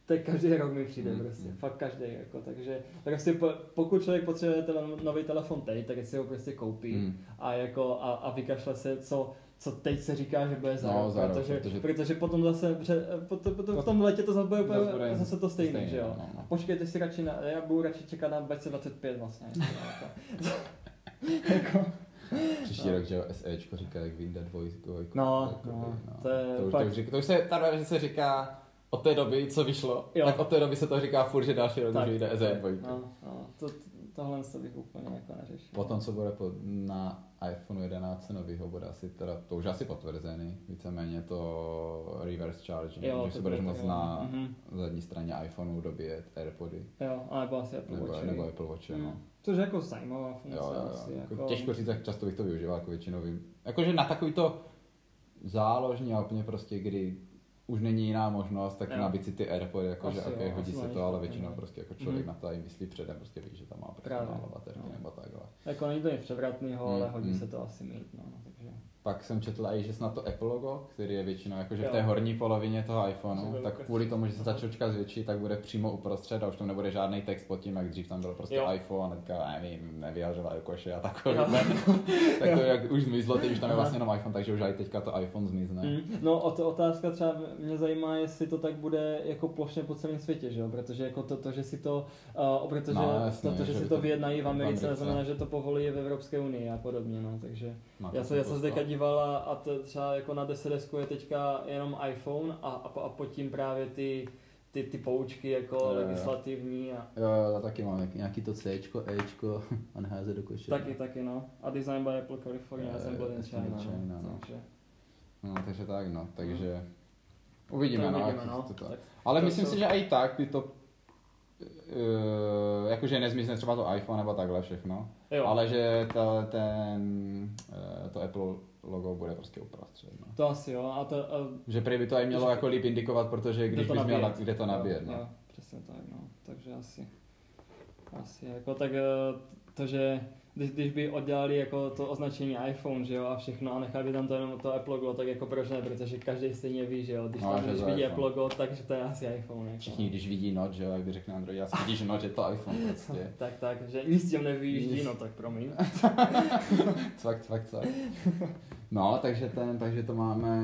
S2: tak každý rok mi přijde
S3: mm,
S2: prostě,
S3: mm.
S2: fakt každý jako, takže prostě po, pokud člověk potřebuje ten nový telefon teď, tak si ho prostě koupí mm. a jako a, a vykašle se, co, co teď se říká, že bude za
S3: no,
S2: rok,
S3: za
S2: protože,
S3: protože...
S2: protože potom zase, pře, potom, potom v tom letě to zase bude úplně zase, zase to stejný, stejný, že jo.
S3: No, no.
S2: Počkejte si radši na, já budu radši čekat na dvacet dvacet pět vlastně. jako.
S3: Příští no. rok, že jo, SEčko říká, jak vyjde dvojku.
S2: No, jako, no, no, to je
S3: to už,
S2: fakt...
S3: to už, říká, to už se, tady se říká od té doby, co vyšlo, jo. Tak od té doby se to říká furt, že další rok už vyjde S E dva.
S2: No, no, to, tohle to bych úplně jako neřešil.
S3: Potom, co bude pod, na iPhone jedenáct novýho, bude asi teda, to už asi potvrzený, víceméně to reverse charging, jo, že si budeš moct na mm-hmm. zadní straně iPhoneu dobíjet AirPody.
S2: Jo, alebo asi Apple
S3: nebo,
S2: Watch.
S3: Nebo Apple Watch, mm. no.
S2: Což je jako zajímavá funkce.
S3: Jo, jo,
S2: asi,
S3: jo.
S2: jako...
S3: Těžko říct, jak často bych to využíval, jako většinou vím. Jakože na takový to záložní a úplně prostě, kdy už není jiná možnost, tak jo. nabít si ty AirPody, jakože ok, jo, hodí se to, ale většinou prostě jako člověk mm. na to i myslí předem, prostě ví, že tam má prostě málo baterky no. nebo takhle.
S2: Jako není to nic převratného, mm. ale hodí mm. se to asi mít, no, takže...
S3: Pak jsem četl i, že snad to Apple logo, který je většinou jakože v té horní polovině toho iPhoneu, tak kvůli tomu, že se ta čočka zvětší, tak bude přímo uprostřed a už tam nebude žádný text pod tím, jak dřív tam byl prostě jo. iPhone a teďka nevím, nevyjadřoval Jokoše a takový. Tak to jak už zmizlo, teď už tam je vlastně jenom iPhone, takže už i teďka to iPhone zmizne.
S2: Mm. No o to otázka třeba mě zajímá, jestli to tak bude jako plošně po celém světě, že jo? Protože jako to, to že si to, uh, protože no, jasně, to, to, že, že si to, to vyjednají v Americe, znamená, že to povolí v Evropské unii a podobně, no, takže no, já se já se zde dívala a to třeba jako na deset desku je teďka jenom iPhone a, a, a pod tím právě ty, ty, ty poučky jako jo, legislativní. A...
S3: Jo, já taky mám nějaký to Cčko, Ečko a neházet do koše.
S2: Taky, taky no. A Design by Apple California, já jsem byl in China, no. China no. Takže...
S3: no, takže tak no, takže uvidíme,
S2: to
S3: no.
S2: Uvidíme, no.
S3: To, to. Ale to myslím to... si, že i tak by to Uh, jakože nezmizne třeba to iPhone nebo takhle všechno, jo. Ale že ta, ten, uh, to Apple logo bude prostě uprostřed. No.
S2: To asi jo. A to, uh,
S3: že prý by to i mělo že, jako líp indikovat, protože když bys měl, kde to nabíjet.
S2: Jo,
S3: no.
S2: jo, přesně tak, no. Takže asi, asi jako tak uh, to, že když, když by oddělali jako to označení iPhone, že jo, a všechno a nechali by tam to jenom to Apple logo, tak jako proč ne, protože každý stejně ví, že jo, když no, tam když vidí Apple logo, takže to je asi iPhone. Jako.
S3: Všichni, když vidí Note, že jo, jak by řekne Android, já si vidí, že Note je to iPhone prostě.
S2: tak, tak, že nic tím nevyjíždí, no tak promiň.
S3: cvak, cvak, cvak. No, takže ten, takže to máme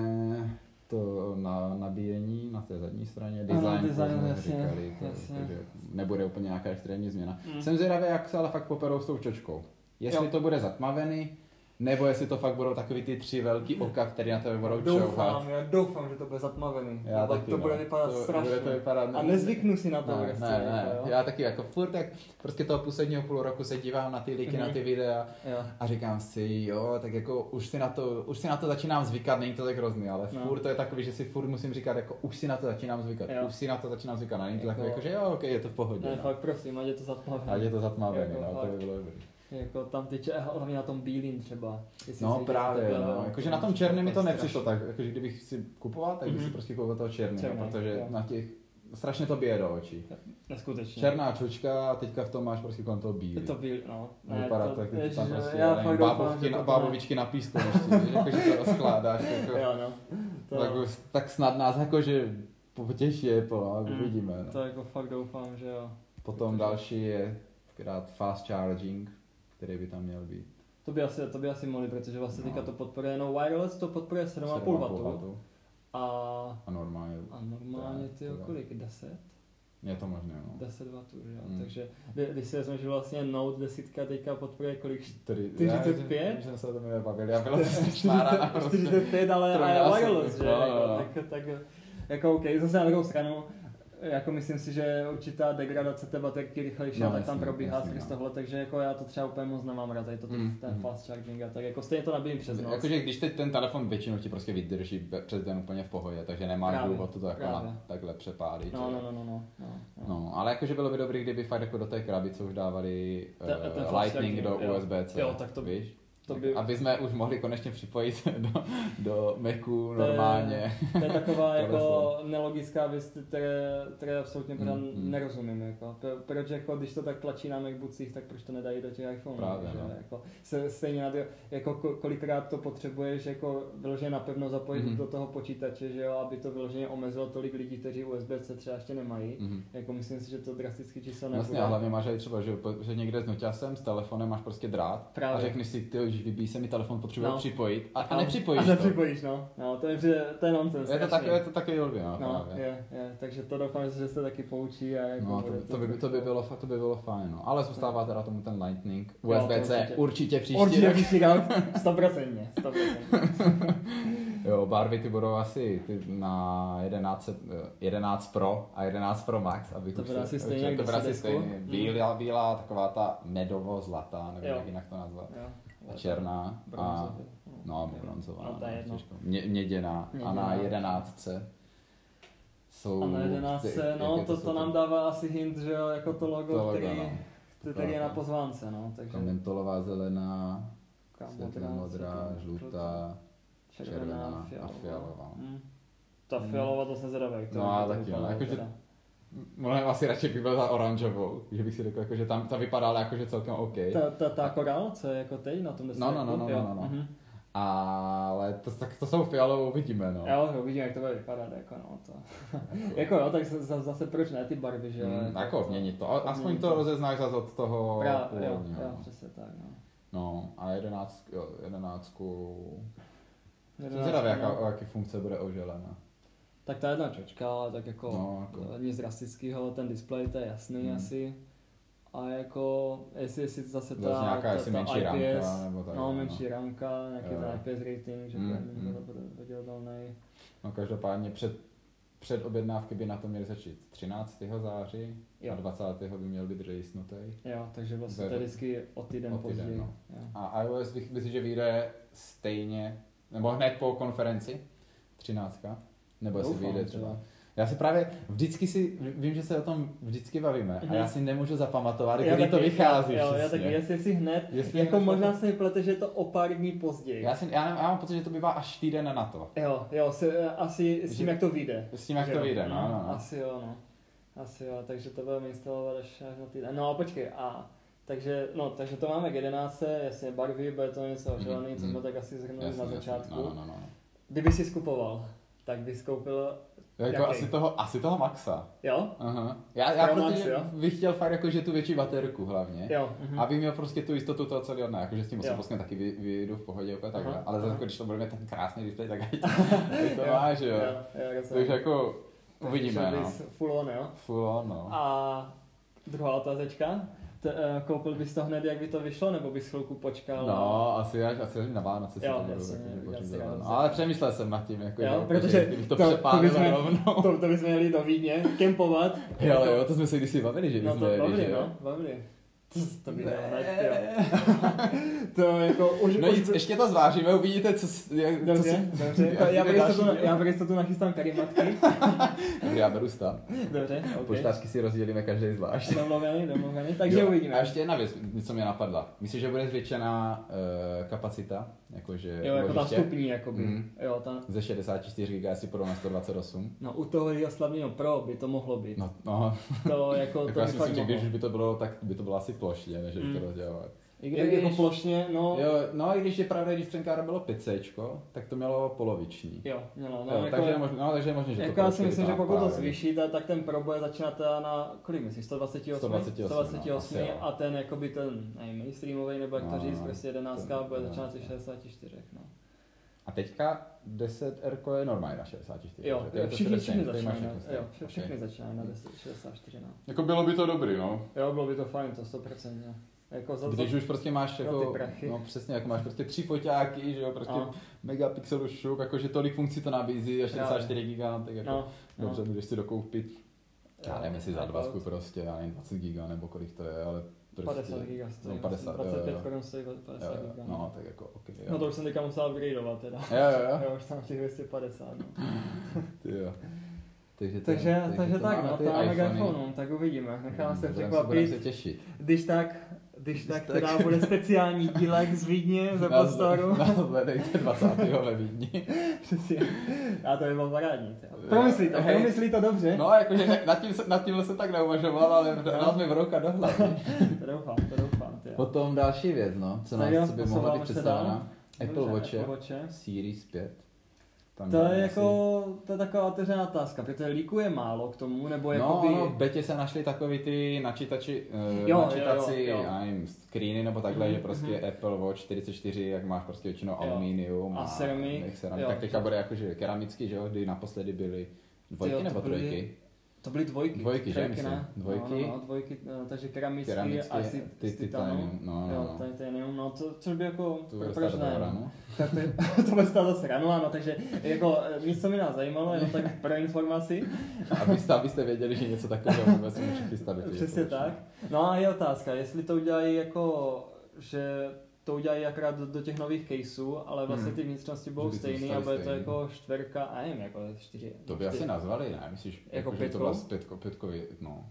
S3: to na nabíjení na té zadní straně, design,
S2: ano, design
S3: to
S2: jasně,
S3: říkali, to,
S2: jasně.
S3: takže nebude úplně nějaká extrémní změna. Mm. Jsem zvědavý, jak se ale fakt poperou s tou čočkou. Jestli jo. to bude zatmavený, nebo jestli to fakt budou takový ty tři velký oka, které na tebe budou čouhat.
S2: Doufám, já doufám, že to bude zatmavený.
S3: Já taky,
S2: to
S3: no.
S2: bude vypadat
S3: to,
S2: strašně.
S3: Bude to vypadat,
S2: a nezvyknu si na to.
S3: Ne,
S2: prostě,
S3: ne, ne.
S2: Jo.
S3: Já taky jako furt, jak prostě toho posledního půl roku se dívám na ty líky, mm-hmm. na ty videa jo. a říkám si, jo, tak jako už si na to, už si na to začínám zvykat, není to tak hrozný, ale no. furt to je takový, že si furt musím říkat, jako už si na to začínám zvykat, jo. už si na to začínám zvykat, a není to jako, takový, jako, že jo, ok, je to v pohodě.
S2: Ne,
S3: no.
S2: fakt prosím, ať je to zatmavený.
S3: Ať je to zatmavený,
S2: jako,
S3: no, to by bylo dobrý.
S2: Jako tam ty čer, hlavně na tom bílým třeba.
S3: No právě, no. Jakože na tom černém mi to nepřišlo tak, jakože kdybych si kupoval, tak bych mm-hmm. si prostě koupil toho černého, protože jo. na těch, strašně to bije do očí.
S2: Neskutečně.
S3: Černá čočka a teďka v tom máš prostě kolem toho bílý.
S2: Je to bílý, no.
S3: Ne, vypadá to, jak ty tam prostě
S2: já
S3: nevím, bábovky, na, bábovičky na písku, jakože to rozkládáš. Jako,
S2: jo, no. To...
S3: Tak, tak snad nás jakože potěší Apple, no, mm, uvidíme. No.
S2: To jako fakt doufám, že jo.
S3: Potom další je pirát fast charging, který by tam měl být.
S2: To by asi, to by asi mohli, protože vlastně no. teďka to podporuje, no wireless to podporuje sedm a půl wattů. A,
S3: a normálně.
S2: A normálně ty kolik? deset?
S3: Je to možné, no.
S2: deset wattů, že jo. Mm. Takže když si vezmeš, že vlastně Note deset teďka podporuje kolik?
S3: čtyřicet pět? Já jsem se o tom nebavil, já byla
S2: čtyřicet pět, ale a je wireless, že?
S3: No, no, no.
S2: Tak, tak jako OK, zase na druhou stranu, jako myslím si, že určitá degradace té baterky rychlejší, no, tak tam probíhá skrz tohle, takže jako já to třeba úplně moc nemám rád, tady to mm, ten mm. fast charging a tak jako stejně to nabíjím přes noc.
S3: Jakože když teď ten telefon většinou ti prostě vydrží přes den úplně v pohodě, takže nemáš důvod to jako na, takhle přepálit.
S2: No, no, no, no, no, no,
S3: no. no, ale jakože bylo by dobrý, kdyby fakt jako do té krabice už dávali uh, Lightning do U S B C,
S2: jo, tak to
S3: víš?
S2: To by...
S3: Aby jsme už mohli konečně připojit do, do Macu normálně.
S2: To je, to je taková jako nelogická věc, které, které absolutně mm, mm. nerozumím. Jako. Proč jako, když to tak tlačí na MacBookcích, tak proč to nedají do těch iPhoneů?
S3: Právě,
S2: že?
S3: No.
S2: Jako, se, stejně na to, jako kolikrát to potřebuješ jako vyloženě napevno zapojit mm. do toho počítače, že jo, aby to vyloženě omezilo tolik lidí, kteří U S B C třeba ještě nemají. Mm. Jako myslím si, že to drasticky číslo nebude.
S3: Vlastně a hlavně máš aj třeba, že, že někde s noťasem, s telefonem máš prostě drát. Právě. A řekneš si, ty už vybíjí se mi telefon, potřebuje no. připojit a, a nepřipojíš
S2: a nepřipojíš, to. No. No, to je, to je nonsens.
S3: Je to, tak, je to taky blbě, no,
S2: no je, je, takže to doufám, že se taky poučí. A jako
S3: no, to, to, by, to, by bylo, to by bylo fajn, no. Ale zůstává teda tomu ten Lightning. U S B C určitě, určitě příští
S2: určitě příští rok, sto procent.
S3: Jo, barvy ty budou asi ty na jedenáct, jedenáct Pro a jedenáct Pro Max, abych
S2: to
S3: už
S2: bude asi stejně jak
S3: to bude asi stejně. Bílá, bílá, taková ta medovo-zlatá, nevím jo. jak jinak to nazvat. Jo. A černá a no, bronzová,
S2: no,
S3: no, Mě, měděná a na jedenáctce jsou...
S2: A na jedenáctce, no to, to, to nám dává asi hint, že jo, jako to logo, to který, logo, no. který je na pozvánce, no. Takže...
S3: Mentolová zelená, světlá modrá, žlutá, červená, červená fialová. a fialová.
S2: Hmm. Ta fialová to jsem zvědavý.
S3: No a taky, no, jakože... Mnohem asi radši bych byl za oranžovou, že bych si řekl, jako, že tam ta vypadala jakože celkem OK.
S2: Ta, ta, ta korál, co je jako teď na tom
S3: desku? No, no, no, no, no, no, no. Uh-huh. Ale to, tak to jsou fialovou, uvidíme, no.
S2: Jo, uvidíme, jak to bude vypadat, jako no, to. jako jo, tak zase proč ne ty barvy, že?
S3: Mm, jako měnit to, aspoň to rozeznáš zase od toho
S2: Pra, jo, jo, přesně tak, no.
S3: No, a jedenáct, jo, jedenáctku... Jsem zvědavý, jaká, o jaký funkce bude oželena.
S2: Tak ta jedna čočka, ale tak jako,
S3: no, jako.
S2: nic drastického, ten displej, to je jasný hmm. asi. A jako, jestli, jestli zase ta,
S3: nějaká,
S2: ta, ta
S3: menší
S2: I P S,
S3: rámka, nebo tak,
S2: no, menší no. rámka, nějaký
S3: jo.
S2: ten I P S rating, že
S3: hmm.
S2: to je viditelný.
S3: No každopádně před, před objednávky by na to měli začít třináctého září jo. a dvacátého by měl být releasenutý.
S2: Jo, takže vlastně to je vždycky o týden později. No.
S3: A iOS bych myslím, že vyjde stejně, nebo hned po konferenci, třináctka. Nebo jestli vyjde třeba. Já si právě vždycky si, vím, že se o tom vždycky bavíme mm-hmm. a já si nemůžu zapamatovat, já kdy taky, to vychází.
S2: Jo, já taky, jestli si hned, jestli jako možná se mi plete, že je to o pár dní později.
S3: Já, si, já, já mám pocit, že to bývá až týden na to.
S2: Jo, jo, se, asi s tím, že, jak to vyjde.
S3: S tím, jak to vyjde, no, no, no.
S2: Asi jo, no. Asi jo, takže to budeme instalovat až, až na týden. No a počkej, a takže, no, takže to máme k jedenáctce, jasně barvy, bude to něco oželený, mm, co jsme mm. tak asi zhrnuli na začátku.
S3: No, no, no.
S2: Kdyby si skupoval, tak bys koupil
S3: jako asi toho, asi toho Maxa.
S2: Jo?
S3: Aha. Já, já protože bych chtěl fakt jakože tu větší baterku hlavně.
S2: Jo. Uh-huh.
S3: Aby měl prostě tu jistotu toho celého dne, jakože s tím musím vlastně taky vyjdu v pohodě úplně takhle. Uh-huh. Ale zase, když to bude mít ten krásný displej, tak ať to máš, jo. Takže jako uvidíme, no.
S2: Full on, jo?
S3: Full on, no.
S2: A druhá otázečka. T, uh, koupil bys to hned, jak by to vyšlo, nebo bys chvilku počkal?
S3: No, asi až, asi až na Vánoce si
S2: jo,
S3: to budu
S2: jasně,
S3: jasně, no. Ale přemýšlel jsem nad tím, jako,
S2: jo,
S3: že,
S2: protože
S3: kdybych to,
S2: to
S3: přepálil rovnou.
S2: To, to bychom měli do Vídně, kempovat.
S3: Jo, ale jo, to jsme se kdysi bavili, že
S2: no,
S3: bychom jeli,
S2: bavili,
S3: že jo?
S2: No, bavili. To by dalo hned, to jako už...
S3: No
S2: už
S3: nic, ještě to zvážíme, uvidíte, co... Jak,
S2: dobře,
S3: co si,
S2: dobře, já, já pro jistotu nachystám karimatky.
S3: Dobře, já beru stan.
S2: Dobře, ok.
S3: Poštářky si rozdělíme každý zvlášť.
S2: Domluvený, domluvený, takže jo, uvidíme.
S3: A ještě jedna věc, co mě napadla. Myslíš, že bude zvětšená uh, kapacita? Jakože
S2: jo, jako ta vstupní, jakoby. Mm. Jo, ta...
S3: Ze šedesát čtyři gigabajtů asi půjdou na sto dvacet osm.
S2: No u toho slavného Pro by to mohlo být.
S3: No, no.
S2: To jako
S3: jako
S2: to
S3: já si myslím, že když by to bylo, tak by to bylo asi plošně, než by mm. to rozdělovat.
S2: I když, jako plošně, no...
S3: Jo, no i když je pravda, když v Trenkára bylo pět cé, tak to mělo poloviční.
S2: Jo, mělo. No,
S3: jo,
S2: jako,
S3: takže, je možné, no, takže je možné, že
S2: jako
S3: to
S2: já si myslím, že pokud to zvýší, tak ten Pro bude začínat teda na, kolik myslíš, sto dvacet osm?
S3: sto dvacet osm,
S2: no, a ten jakoby ten, nevím, mainstreamový, nebo jak to říct, no, prostě jedenáctka bude začínat na šedesát čtyři, no.
S3: A teďka deset R je normálně na šedesát čtyři.
S2: Jo, jo všichni, všichni začínají na, jo, všechny okay. začínají na šedesát čtyři, no.
S3: Jako bylo by to dobrý, no.
S2: Jo, bylo by to fajn, to sto procent, no. Jako za,
S3: když
S2: za,
S3: už prostě máš jako, no přesně, jako máš prostě tři foťáky, že jo, prostě no. megapixelu šuk, jakože tolik funkcí to nabízí a šedesát čtyři gigabajtů, tak jako
S2: no.
S3: dobře, no. Můžeš si dokoupit, já nevím, jestli za dvacku
S2: to...
S3: prostě, já nevím, dvacet gigabajtů nebo kolik to je, ale prostě...
S2: padesát gigabajtů stojí,
S3: no, padesát,
S2: dvacet pět korun stojí padesát gigabajtů.
S3: No, tak jako ok. Jo.
S2: No to už jsem teďka musel upgradeovat teda.
S3: Jo, jo, jo.
S2: Jo, už tam těch dvě stě padesát, no.
S3: Ty jo. Takže, to,
S2: takže,
S3: takže,
S2: takže
S3: to
S2: tak, no, to máme iPhone, tak uvidíme, necháme se překvapit.
S3: Se těšit.
S2: Když tak když tak teda bude speciální dílek z Vídně ze prostoru.
S3: Nás hledejte dvacátého ve Vídni.
S2: Přesně. A to je bylo parádní. Promyslí to, promyslí to dobře.
S3: No, jakože ne, nad, tím, nad tímhle se tak neuvažoval, ale nás mi v roka do hlavy.
S2: To doufám, to doufám. Tě.
S3: Potom další věc, no, co nás
S2: jo,
S3: co by mohla být představena. Apple Watche,
S2: Apple Watche
S3: Series pět.
S2: Tam to je jako, to je taková otevřená otázka, protože líkuje málo k tomu, nebo
S3: no,
S2: jakoby...
S3: No, v betě se našly takový ty načítači,
S2: jo,
S3: načítací,
S2: jo, jo, jo.
S3: já nevím, screeny nebo takhle, mm, že prostě mm. Apple Watch čtyřicet čtyři, jak máš prostě většinou aluminium
S2: a, a ceramik,
S3: tak teďka bude jakože keramický, že jo, kdy naposledy byly dvojky jo, nebo
S2: byly,
S3: trojky.
S2: To byly dvojky.
S3: Dvojky, že myslím? Dvojky.
S2: No, no, no, dvojky, no, takže keramický,
S3: keramický
S2: a si,
S3: ty, titanium. No, no,
S2: jo, titanium, no, to, což by jako...
S3: To bude stát do ranu.
S2: To bude stát zase ranu, ano, takže jako nic, co mi nás zajímalo, jenom tak pro informaci.
S3: Abyste, abyste věděli, že něco takového vůbec může chystat.
S2: Přesně tak. No a je otázka, jestli to udělají jako, že to udělají akorát do, do těch nových caseů, ale vlastně ty vnitřnosti budou stejný a bude to jako čtverka, a nevím, jako čtyři.
S3: To by čtyři. Asi nazvali, ne? Myslíš,
S2: jako, jako
S3: že to byla pětko, pětkový, no.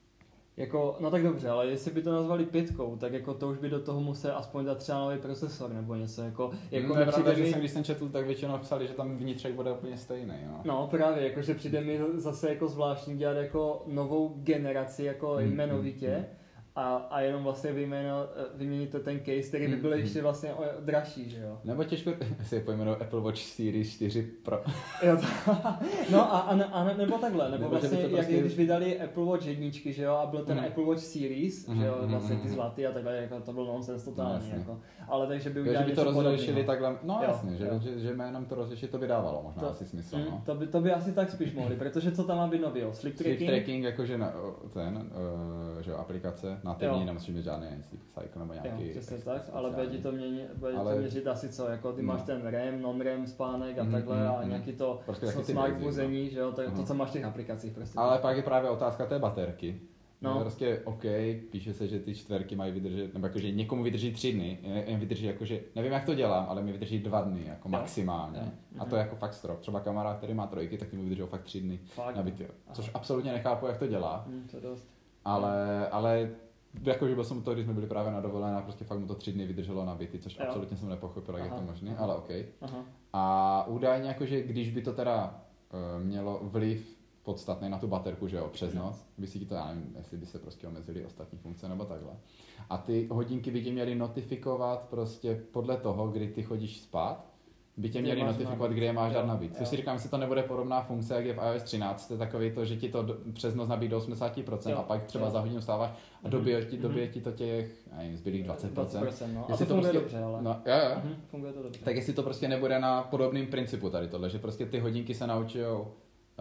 S2: Jako, no tak dobře, ale jestli by to nazvali pětkou, tak jako to už by do toho musel aspoň dát třeba nový procesor nebo něco, jako... jako
S3: no, pravda, že jsem, když jsem četl, tak většinou psali, že tam vnitřek bude úplně stejný, no.
S2: No právě, jakože přijde mi zase jako zvláštní dělat jako novou generaci, jako hmm, jmenovitě, hmm, A, a jenom vlastně vyjméno, vyměnit ten case, který by byl mm-hmm. ještě vlastně dražší, že jo?
S3: Nebo těžko si je pojmenou Apple Watch Series čtyři Pro.
S2: Jo, to, no a, a, a nebo takhle, nebo, nebo vlastně jak prostě... když vydali Apple Watch jedničky, že jo, a byl ten mm. Apple Watch Series, mm-hmm. že jo, vlastně ty zlatý a takhle, jako to byl nonsense totální, no, jako. Ale takže by udělali
S3: že by to rozlišili takhle, no
S2: jo,
S3: jasně, že, že, že jménem to rozlišit, to by dávalo možná
S2: to,
S3: asi smysl,
S2: mm,
S3: no.
S2: To by, to by asi tak spíš mohli, protože co tam má být nový, jo? Sleep tracking?
S3: Sleep tracking, jakože na, ten, uh, že jo, aplikace, nativní, nemusí mít žádný sleep cycle nebo nějaký...
S2: Jo, přesně tak, ale bude ti to, mění, bude ale... to měřit asi co, jako ty no. máš ten R E M, non-R E M spánek a mm, takhle mm, a mm, nějaký to prostě smart buzení, že jo, to, to, co máš v těch aplikacích prostě.
S3: Ale pak je právě otázka té baterky.
S2: No.
S3: Prostě OK, píše se, že ty čtverky mají vydržet, nebo jakože někomu vydrží tři dny, jen vydrží jakože, nevím jak to dělám, ale mi vydrží dva dny, jako no. maximálně. No. A to je jako fakt strop. Třeba kamarád, který má trojky, tak mi vydržel fakt tři dny na bytě. Což absolutně nechápu, jak to dělá.
S2: Mm, to dost.
S3: Ale, ale jakože byl jsem to, když jsme byli právě na dovolené a prostě fakt mu to tři dny vydrželo na byty, což jo. absolutně jsem nepochopil, jak aha, je to možné, ale OK. Aha. A údajně jakože, když by to teda uh, mělo vliv podstatný na tu baterku, že jo, přes noc, by si to, já nevím, jestli by se prostě omezily ostatní funkce nebo takhle. A ty hodinky by tě měly notifikovat prostě podle toho, kdy ty chodíš spát, by tě měli notifikovat, kdy je máš dát nabít. Což si říkám, jestli to nebude podobná funkce, jak je v iOS třináct, to je takový to, že ti to do, přes noc nabíjí do osmdesát procent jo, a pak třeba jo. za hodinu stáváš a dobije ti, dobije ti to těch, nevím, zbylých dvacet procent.
S2: dvacet procent no.
S3: Jestli
S2: a to, to funguje
S3: prostě,
S2: dobře, ale...
S3: No, jo, jo.
S2: Mhm, funguje to dobře.
S3: Tak jestli to prostě nebude na podobném principu tady tohle, že prostě ty hodinky se naučijou,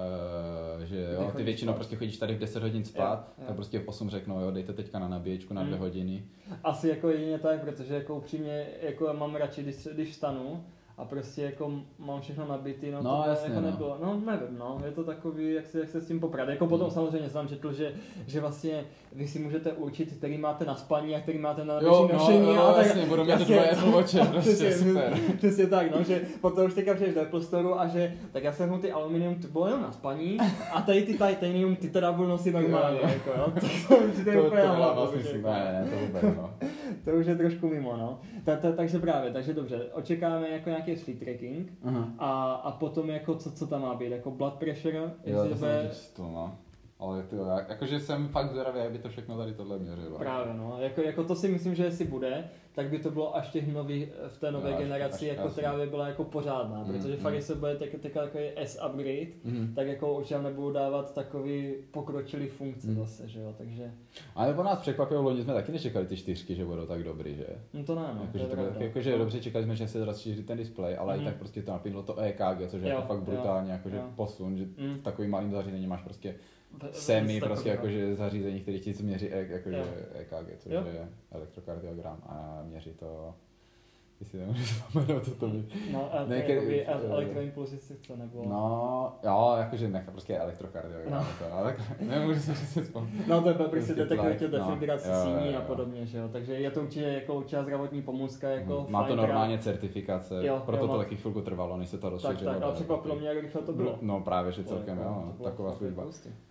S3: Uh, že jo, ty většinou prostě chodíš tady v deset hodin spát, jo, jo. tak prostě v osm řeknou, jo, dejte teďka na nabíječku na dvě hmm. hodiny.
S2: Asi jako jedině tak, protože jako upřímně, jako mám radši, když, když vstanu a prostě jako mám všechno nabitý, no,
S3: no
S2: to
S3: jasně,
S2: jako
S3: no.
S2: nebylo, no nevím, no, je to takový, jak se, jak se s tím poprat, jako potom hmm. samozřejmě jsem četl, že, že vlastně vy si můžete určit, který máte na spaní a který máte na
S3: jo,
S2: nošení
S3: no, no,
S2: a tak,
S3: jasně, budu mít dvoje Apple Watche, prostě
S2: přesně,
S3: super.
S2: Přesně tak, no, že potom už teďka přijdeš do Apple Store a že, tak já jsem ty aluminium, ty bylo jenom na spaní a tady ty titanium, ty teda budu nosit normálně, jo, jako jo, to určitě úplně na hlavu.
S3: Ne, ne, to vůbec, no.
S2: To už je trošku mimo, no. Ta, ta, takže právě, takže dobře, očekáváme jako nějaký sleep tracking uh-huh. a, a potom jako co, co tam má být, jako blood pressure,
S3: jo, to jsem to, no. Ale ty, jak, jakože jsem fakt zvědavý, jak by to všechno tady tohle měřilo.
S2: Právě, no, jako, jako to si myslím, že jestli bude, tak by to bylo až těch nových, v té nové
S3: no,
S2: generaci, až, jako, která by byla jako pořádná, mm, protože mm. fakt, jestli bude tak, tak, takový S-upgrade, mm. tak jako určitě nebudou dávat takový pokročilý funkce mm. zase, že jo, takže...
S3: Ale po nás překvapilo, loni jsme taky nečekali ty čtyřky, že budou tak dobrý, že?
S2: No to ne, no,
S3: jako,
S2: to je
S3: pravda. Jakože no. dobře, čekali jsme, že se rozšíří ten displej, ale mm. i tak prostě to napínulo to E K G, což je jo, jako fakt brutálně, jakože posun, že mm. v takovým malým zařízení máš prostě semi prostě jakože zařízení, který ti měří e, jakože E K G, což jo. je elektrokardiogram a měří to, jestli nemůžu zapomenout, co to by.
S2: No a to je jakoby elektroimpulsice nebo...
S3: No, jo, jakože nechá prostě elektrokardiogram, no. to, ale nemůžu si přesně vzpomenout.
S2: No to je prostě detekuje tě defibrilaci no, síní a podobně, že jo, takže je to určitě jako určitá zdravotní pomůcka, jako
S3: má to normálně certifikace, jo, proto jo, to taky chvilku trvalo, než se to rozšířilo.
S2: Tak, tak, ale překvapilo mě, jak rychle to bylo.
S3: No právě, že celkem, jo, taková služba.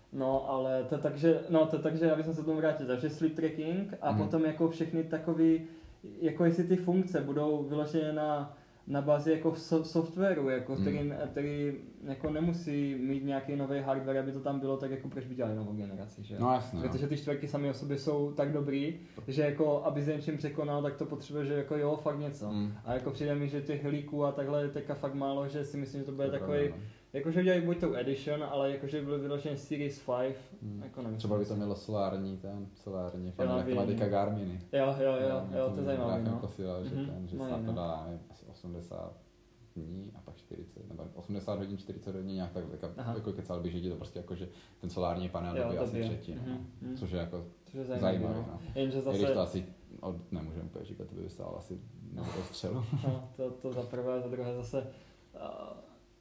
S2: No, ale to takže, no to takže, aby jsem se tomu vrátil, takže sleep tracking a
S3: Mhm.
S2: potom jako všechny takový, jako jestli ty funkce budou vyložené na, na bázi jako so, softwaru, jako
S3: Mhm.
S2: který, který jako nemusí mít nějaký nový hardware, aby to tam bylo, tak jako proč by dělali novou generaci, že jo?
S3: No jasně.
S2: Protože ty čtverky sami o sobě jsou tak dobrý, že jako aby se něčím překonal, tak to potřebuje, že jako jo, fakt něco.
S3: Mm.
S2: A jako přijde mi, že těch líků a takhle je teďka fakt málo, že si myslím, že to bude
S3: To je
S2: takový,
S3: pravda, no.
S2: jakože udělají buď tou edition, ale jakože byl vyložen Series pět,
S3: Hmm.
S2: jako nevím.
S3: Třeba by to mělo solární ten, solární,
S2: Já
S3: jak to má
S2: vím.
S3: teďka Garminy.
S2: Jo, jo, jo,
S3: mě
S2: jo, to je zajímavé,
S3: brácha
S2: no.
S3: posílal, že
S2: Mhm,
S3: ten, že
S2: no,
S3: snad to
S2: no.
S3: dá nevím, asi osmdesát dní a pak čtyřicet, nebo osmdesát hodin, čtyřicet hodin nějak tak, tak
S2: Aha.
S3: jako kecal by, že ti to prostě jako, že ten solární panel
S2: Jo,
S3: dobí asi
S2: době.
S3: třetinu,
S2: Mhm,
S3: no.
S2: mhm.
S3: Což je jako
S2: Což je zajímavé,
S3: zajímavé,
S2: no.
S3: no.
S2: Jenže
S3: I když
S2: zase,
S3: to asi od, nemůžeme úplně říkat, to by vystál asi nebo střelu.
S2: no, to, to za prvé, za druhé zase, uh,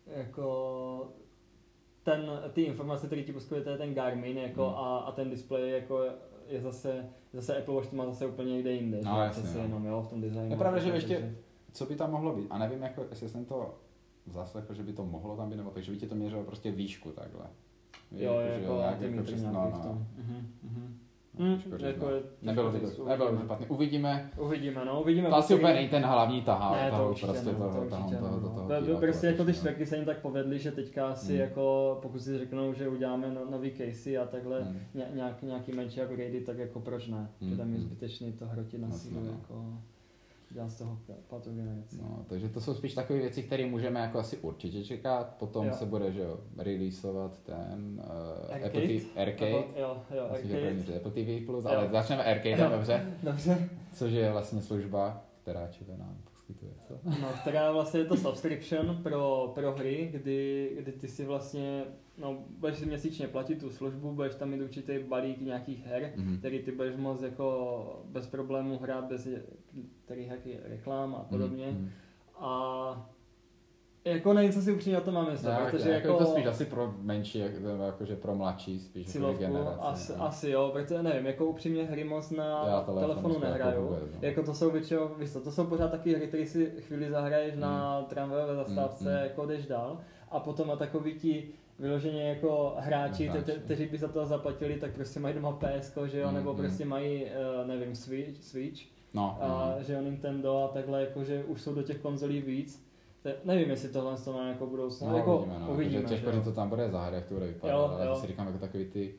S2: jako ten, ty informace, které ti poskytuje ten Garmin jako
S3: Hmm.
S2: a, a ten display jako je zase, zase Apple Watch to má zase úplně někde jinde,
S3: No,
S2: že?
S3: jasně,
S2: Přece
S3: no.
S2: jenom, jo, v tom designu.
S3: Je pravda, že
S2: takže-
S3: ještě, co by tam mohlo být, a nevím, jako, jestli jsem to zaslechl, že by to mohlo tam být, nebo tak, že by ti to měřilo prostě výšku takhle.
S2: Jo,
S3: že
S2: jako
S3: nějak
S2: altimetr
S3: přes-
S2: nějaký
S3: no,
S2: v
S3: no.
S2: tom. Mhm, mhm.
S3: No,
S2: Hmm,
S3: těžko říct,
S2: jako
S3: no.
S2: je-
S3: Nebylo by
S2: těžko
S3: to,
S2: říct,
S3: nebylo by
S2: uvidíme.
S3: to špatně. Uvidíme.
S2: Uvidíme, no, uvidíme.
S3: To asi
S2: pokud-
S3: úplně není ten hlavní tahal,
S2: Ne, to
S3: tahal
S2: určitě
S3: prostě
S2: ne,
S3: toho,
S2: to
S3: toho,
S2: určitě
S3: toho,
S2: ne,
S3: toho,
S2: no.
S3: toho
S2: Byl-
S3: díla,
S2: Prostě jako ty
S3: no.
S2: čtvrky se jim tak povedly, že teďka asi
S3: Hmm.
S2: jako, pokud si řeknou, že uděláme no, nový casey a takhle
S3: Hmm.
S2: ně, nějak, nějaký menší upgradey, tak jako proč ne?
S3: Hmm,
S2: Že tam je
S3: hmm.
S2: zbytečný to hrotit na
S3: Jasně,
S2: sílu,
S3: no.
S2: jako dělat z toho pátou generaci.
S3: No, takže to jsou spíš takové věci, které můžeme jako asi určitě čekat. Potom
S2: Jo.
S3: se bude, že jo, releaseovat ten uh,
S2: Arcade?
S3: Apple T V, Arcade.
S2: Nebo- Jo, jo,
S3: Asi, že
S2: arcade.
S3: první Apple T V plus,
S2: Jo.
S3: ale začneme Arcade,
S2: Jo.
S3: dobře.
S2: Dobře.
S3: Což je vlastně služba, která ČT nám poskytuje, co?
S2: No, která vlastně je to subscription pro, pro hry, kdy, kdy ty si vlastně, no, budeš si měsíčně platit tu službu, budeš tam mít určitý balík nějakých her,
S3: Mhm.
S2: který ty budeš moct jako bez problémů hrát, bez který hacky reklám a podobně.
S3: Mhm.
S2: A jako nevím, co si upřímně o tom mám myslet,
S3: Tak,
S2: protože
S3: jako,
S2: jako
S3: je to spíš asi pro menší, jak- nebo jakože pro mladší, spíš jako
S2: cílovku,
S3: generaci.
S2: asi,
S3: no.
S2: asi jo, protože nevím, jako upřímně hry moc na
S3: Já telefonu
S2: telefonu
S3: skoro jako
S2: nehraju.
S3: vůbec, no.
S2: Jako to jsou většinou, víš co, to jsou pořád taky hry, které si chvíli zahraješ na tramvajové zastávce,
S3: Mm, mm.
S2: jako jdeš dál. A potom a takový ti vyloženě jako hráči, te- te-
S3: Hráči.
S2: kteří by za to zaplatili, tak prostě mají doma P S, že jo,
S3: Mm,
S2: nebo
S3: mm.
S2: prostě mají, eh, nevím, Switch, Switch
S3: No,
S2: a
S3: no.
S2: že jo, Nintendo a takhle, jako že už jsou do těch konzolí víc. To, nevím, jestli tohle to má jako budoucnost.
S3: No,
S2: jako,
S3: uvidíme, no.
S2: uvidíme,
S3: Uvidíme, těžko
S2: že
S3: říct,
S2: jo.
S3: co tam bude za hry, jak to bude vypadat,
S2: Jo,
S3: ale
S2: jo.
S3: já si říkám, jako takový ty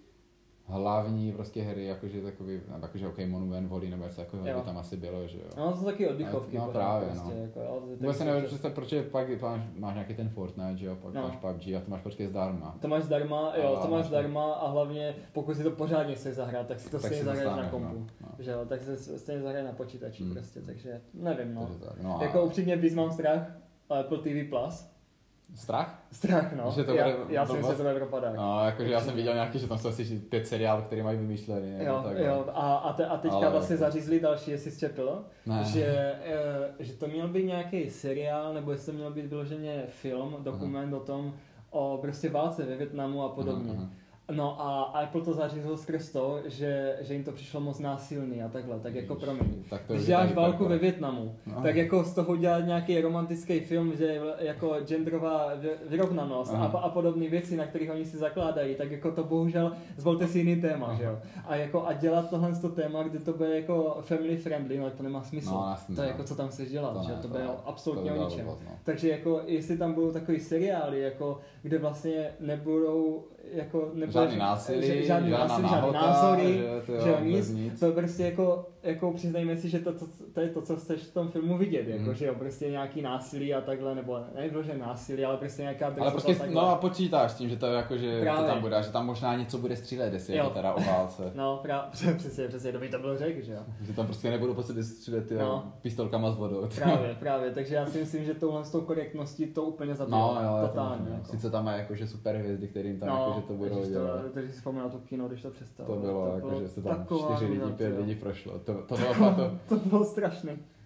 S3: hlavní prostě hry, jakože takový, jakože OK, Monument Valley nebo něco takového
S2: Jo.
S3: by tam asi bylo, že jo.
S2: No, to jsou taky oddechovky.
S3: No,
S2: pořád
S3: právě,
S2: prostě,
S3: no.
S2: Jako, jo,
S3: Vůbec se nevěděl představit, proč je pak máš, máš nějaký ten Fortnite, že jo, pak
S2: No.
S3: máš P U B G a to máš počkej zdarma.
S2: To máš zdarma, jo,
S3: A
S2: to
S3: máš
S2: máš zdarma a hlavně pokud si to pořádně chceš zahrát, tak si to
S3: Tak
S2: stejně
S3: si to
S2: zahraješ na
S3: stáhneš,
S2: kompu.
S3: no, no.
S2: Že jo, tak se stejně zahraje na počítači
S3: Hmm.
S2: prostě, takže nevím no.
S3: Takže tak, no a
S2: Jako upřímně víc mám strach o Apple T V Plus.
S3: strach?
S2: Strach no,
S3: Že to
S2: já,
S3: bude
S2: já si myslím,
S3: blbost?
S2: že to bude propadat.
S3: No, jakože já jsem viděl nějaký, že tam jsou asi pět seriálů, které mají vymýšlený, nebo
S2: Jo,
S3: takhle.
S2: jo, a, a, te, a teďka
S3: Ale
S2: vlastně
S3: jako-
S2: zařízli další, jestli jsi četl,
S3: Ne.
S2: že, eh, že to měl být nějaký seriál, nebo jestli to měl být vyloženě film, dokument o tom, o prostě válce ve Vietnamu a podobně.
S3: Aha, aha.
S2: No a Apple to zařízl skrz to, že, že jim to přišlo moc násilný a takhle, tak jako
S3: Ježiš,
S2: promiň.
S3: tak to
S2: Když
S3: už je
S2: děláš
S3: tady
S2: válku
S3: tak,
S2: ve Vietnamu,
S3: No.
S2: tak jako z toho dělat nějaký romantický film, že je jako genderová vy- vyrovnanost a,
S3: Aha.
S2: a podobné věci, na kterých oni si zakládají, tak jako to bohužel zvolte si jiný téma, že jo. A jako a dělat tohle to téma, kde to bude jako family friendly, no to nemá smysl.
S3: No, jasně,
S2: to je
S3: no.
S2: jako co tam chceš dělat,
S3: To
S2: že
S3: ne,
S2: to
S3: to
S2: bude
S3: ne,
S2: absolutně
S3: to by
S2: o
S3: byla
S2: ničem.
S3: blbost, no.
S2: Takže jako jestli tam budou takový seriály, jako kde vlastně nebudou jako nebude,
S3: Žádný násilí,
S2: že- žádný
S3: žádná
S2: násilí, žádný
S3: nahota,
S2: názory,
S3: že to jo,
S2: že jo,
S3: vůbec
S2: nic,
S3: nic.
S2: to prostě jako, jako přiznejme si, že to, to, to je to, co chceš v tom filmu vidět, jako,
S3: Mhm.
S2: že jo, prostě nějaký násilí a takhle, nebo ne, že násilí, ale prostě nějaká
S3: Ale
S2: drzost
S3: prostě,
S2: a takhle.
S3: no a počítáš s tím, že to jako, že
S2: Právě.
S3: to tam bude, a že tam možná něco bude střílet, jestli je
S2: Jo.
S3: to teda o válce.
S2: No, právě, přesně, přesně, to by to byl řek, že jo.
S3: Že tam prostě nebudou po sobě střílet ty
S2: No.
S3: pistolkama s vodou.
S2: Právě, právě, takže já si myslím, že touhle s tou korektností to úplně zabilo,
S3: No, jo,
S2: totálně.
S3: jako.
S2: Jako.
S3: Sice tam má jakože super hvězdy, kterým tam
S2: No,
S3: jakože to budou
S2: ježiš,
S3: dělat.
S2: to, takže si vzpomínal to kino, když to přestalo.
S3: To bylo, jakože se tam
S2: taková
S3: čtyři lidi,
S2: nuda,
S3: pět
S2: jo.
S3: lidí prošlo. To, to bylo fakt to,
S2: To bylo strašný.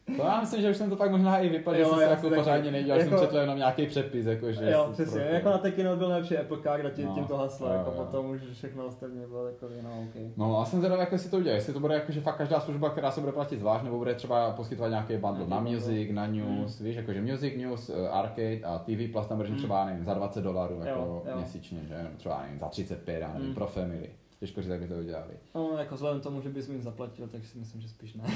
S3: To já myslím, že už jsem to tak možná i vypadl, že jsem se jako pořádně nedělal, jako, jsem četl jenom nějaký přepis, jako že...
S2: Jo, přesně, pro... jako na té kino byl nejlepší Apple Card a tím, no, tím to haslo, jo, jako jo. Potom už všechno ostatně bylo takový, no ok.
S3: No a jsem zvědavý, jak si to udělá, jestli to bude jako, že fakt každá služba, která se bude platit zvlášť, nebo bude třeba poskytovat nějaký bundle na music, na news, mm. víš, jakože music, news, arcade a T V plus tam bude mm. třeba, nevím, za dvacet dolarů jako jo, jo. měsíčně, že třeba, nevím, za třicet pět, já nevím, mm. pro family. Těžko říct, jak by to udělali.
S2: No, jako vzhledem tomu, že bys mi zaplatil, tak si myslím, že spíš ne.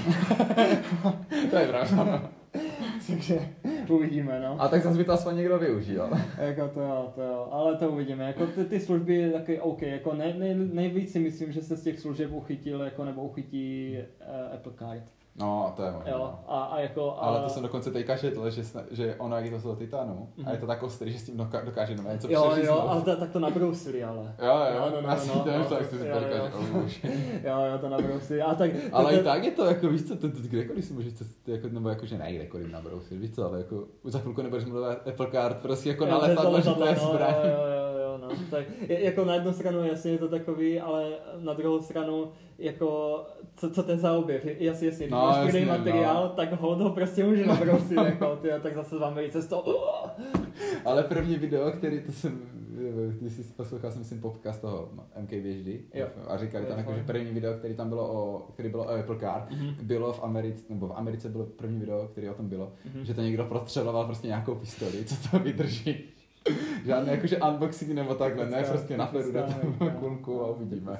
S3: To je pravda, no.
S2: Takže uvidíme, no.
S3: A tak zase by to aspoň někdo využil.
S2: Jako to jo, to jo, ale to uvidíme. Jako ty, ty služby taky OK, jako nej, nej, nejvíc si myslím, že se z těch služeb uchytil, jako nebo uchytí uh, Apple Card.
S3: No, to je možná.
S2: Jo, a, a jako, a...
S3: Ale to jsem dokonce teďka četl, že, že ono, jak je to z toho titanu, mm-hmm. a je to tak ostrý, že s tím doká, dokáže no, něco
S2: jo, jo, ale to, tak to nabrousili, ale.
S3: Jo, jo,
S2: no, no, no,
S3: asi
S2: no,
S3: to
S2: no,
S3: tak si
S2: jo,
S3: to dokáže
S2: omluž. Jo, jo, to nabrousili, a tak...
S3: Ale
S2: to,
S3: i tak je to, jako víš co, to, to, kdekoliv si můžeš, to, jako, nebo jako, že ne kdekoliv nabrousit, víš co, ale jako, za chvilku nebudeš mluvit Apple Card, prostě jako na letadlo, že to je zbraň.
S2: No, tak jako na jednu stranu jasně je to takový, ale na druhou stranu jako co, co to je za objev, jasně, jasně, když no, máš tvrdý materiál, no. tak hold ho prostě může nabrousit, jako, tyjo, tak zase v Americe z toho.
S3: Ale první video, který to jsem, když jsi poslouchal jsem myslím podcast toho M K B H D jo. a říkali tam jako, že první video, který tam bylo o, který bylo o Apple Card, mm-hmm. bylo v Americe, nebo v Americe bylo první video, který o tom bylo, mm-hmm. že to někdo prostřeloval prostě nějakou pistoli, co to vydrží. Žádný jakože unboxing nebo takhle, ne, prostě na Feru dáte kulku a uvidíme.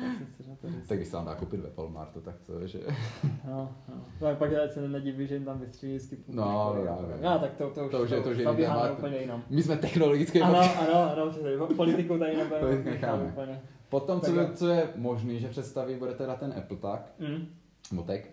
S3: Tak když se vám dá koupit ve Walmartu, tak co, že...
S2: No, no. Tak pak se nediví, že jim tam vystřílí skipu.
S3: No, no, no.
S2: No, tak to, to už
S3: to, to, to,
S2: to běháme úplně jinam.
S3: My jsme technologický
S2: ano, ano, ano, přesně, politiku tady nebudeme úplně.
S3: Potom, co, co je možný, že představí, bude teda ten Apple Tag, mm. motek,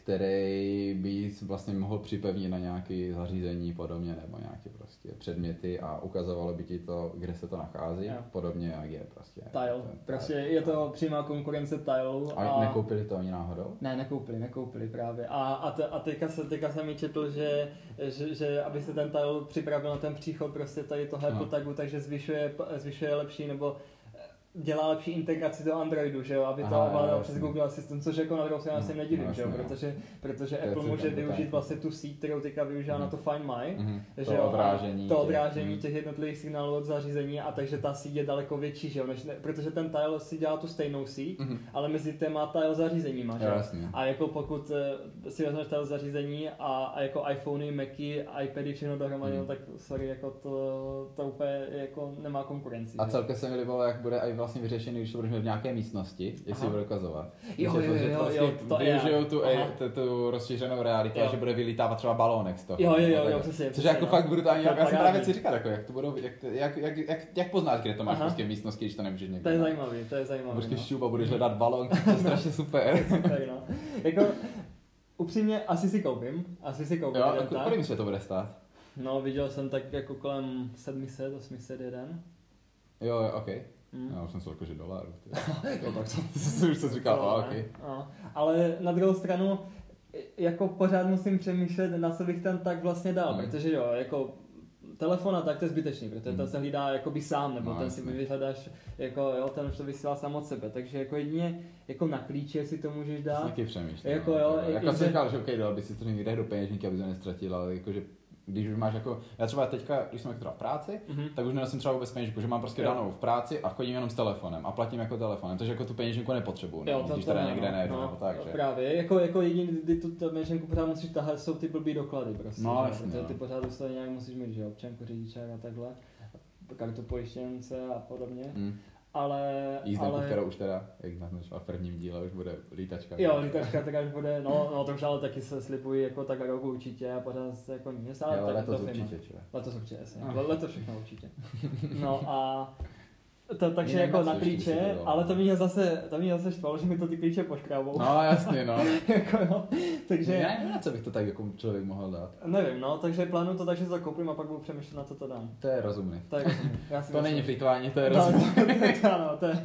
S3: který by vlastně mohl připevnit na nějaké zařízení podobně, nebo nějaké prostě předměty a ukazovalo by ti to, kde se to nachází, jo. podobně jak je prostě.
S2: Tile, prostě je to přímá konkurence Tileu.
S3: A, a nekoupili to ani náhodou?
S2: Ne, nekoupili, nekoupili právě. A, a, te, a teďka, se, teďka jsem mi četl, že, že, že aby se ten Tile připravil na ten příchod prostě tady toho Apple Tagu, takže zvyšuje, zvyšuje lepší nebo dělá lepší integraci do Androidu, že jo, aby to ovládal přes Google Assistant, což jako na druhou stranu se nedivím, no, že jo, protože, protože Apple může využít vlastně tu síť, kterou teďka využívá mm. na to Find My,
S3: mm.
S2: že
S3: to
S2: jo,
S3: odrážení,
S2: to odrážení těch, těch jednotlivých signálů od zařízení a takže ta síť je daleko větší, že jo, než, ne, protože ten Tile si dělá tu stejnou síť, mm. ale mezi téma Tile zařízeníma, že jo, a jako pokud si vezmeš Tile zařízení a, a jako iPhony, Macy, iPady, všechno dohromady, mm. tak sorry, jako to, to úplně jako nemá konkurenci.
S3: A celkem se mi líbilo, jak bude i vlastně vyřešený, když to budeš mít v nějaké místnosti, jestli bude ukazovat.
S2: Jo, jo, jo, jo, jo,
S3: to využijou tu, tu, tu rozšířenou realitu, a že bude vylítávat třeba balónek z toho.
S2: Jo, jo, jo, jo, přesně.
S3: Což jako no. fakt brutální, já jsem právě si říkal, jako, jak to budou, jak, jak, jak, jak, jak poznáš, kde to máš prostě v místnosti, když to nemůžeš někde.
S2: To je zajímavý, to je zajímavý.
S3: Budeš šťup a budeš hledat balón, to je strašně super.
S2: Super, no. Jako, upřímně, asi si koupím, asi si koupím.
S3: Jo, kolik myslíš, že to bude stát?
S2: No, viděl jsem tak jako kolem sedm set, osm set jeden.
S3: Jo, jo, okej. Okay. Mm. Já už jsem se jako, že dolarů. Jo, tak to jsem už to říkal, no, okay.
S2: no. Ale na druhou stranu, jako pořád musím přemýšlet, na co bych ten tak vlastně dal, mm. protože jo, jako telefon a tak to je zbytečný, protože mm. ten se hlídá jakoby sám, nebo no, ten jasný. Si vyhledáš, jako jo, ten už to vysílá sám od sebe, takže jako jedině jako na klíče si to můžeš dát.
S3: Taky přemýšlím.
S2: Jako jo,
S3: no, jako jsem říkal, že okej, dal by si to někde do peněženky, aby to nestratil, ale jakože když už máš jako, já třeba teďka, když jsem jako v práci, mm-hmm. tak už nenosím třeba vůbec peněženku, že mám prostě jo. danou v práci a chodím jenom s telefonem a platím jako telefonem, takže jako tu peněženku nepotřebuju, ne? Když teda někde no, nejedu,
S2: no,
S3: nebo tak,
S2: no,
S3: že?
S2: Právě, jako, jako jediný, kdy tu peněženku pořád musíš tahat, jsou ty blbý doklady prostě,
S3: no,
S2: že?
S3: Jasný,
S2: protože
S3: no.
S2: ty pořád dostali nějak musíš mít, že občanku, řidičák a takhle, kartu pojištěnce a podobně. Mm. Ale,
S3: jízdenku,
S2: ale...
S3: kterou už teda, jak naznačila v prvním díle, už bude lítačka.
S2: Jo, lítačka teda už bude, no, no to už ale taky se slibují jako tak rok určitě a pořád se jako nic, ale
S3: jo,
S2: tak
S3: letos
S2: to
S3: určitě, čive.
S2: Letos určitě, jasně, oh. letos všechno určitě. No a to, takže jako na klíče, ale to mě zase, to mě zase štvalo, že mi to ty klíče poškrábou.
S3: No jasně, no.
S2: jako, no. Takže...
S3: Já nevím, na co bych to tak jako člověk mohl dát.
S2: Nevím, no, takže plánuju to tak, že to koupím a pak budu přemýšlet, na co to dám.
S3: To je rozumný.
S2: To je rozumný. Já si
S3: to
S2: myslím.
S3: není fritování, to je rozumný.
S2: No, no, to je...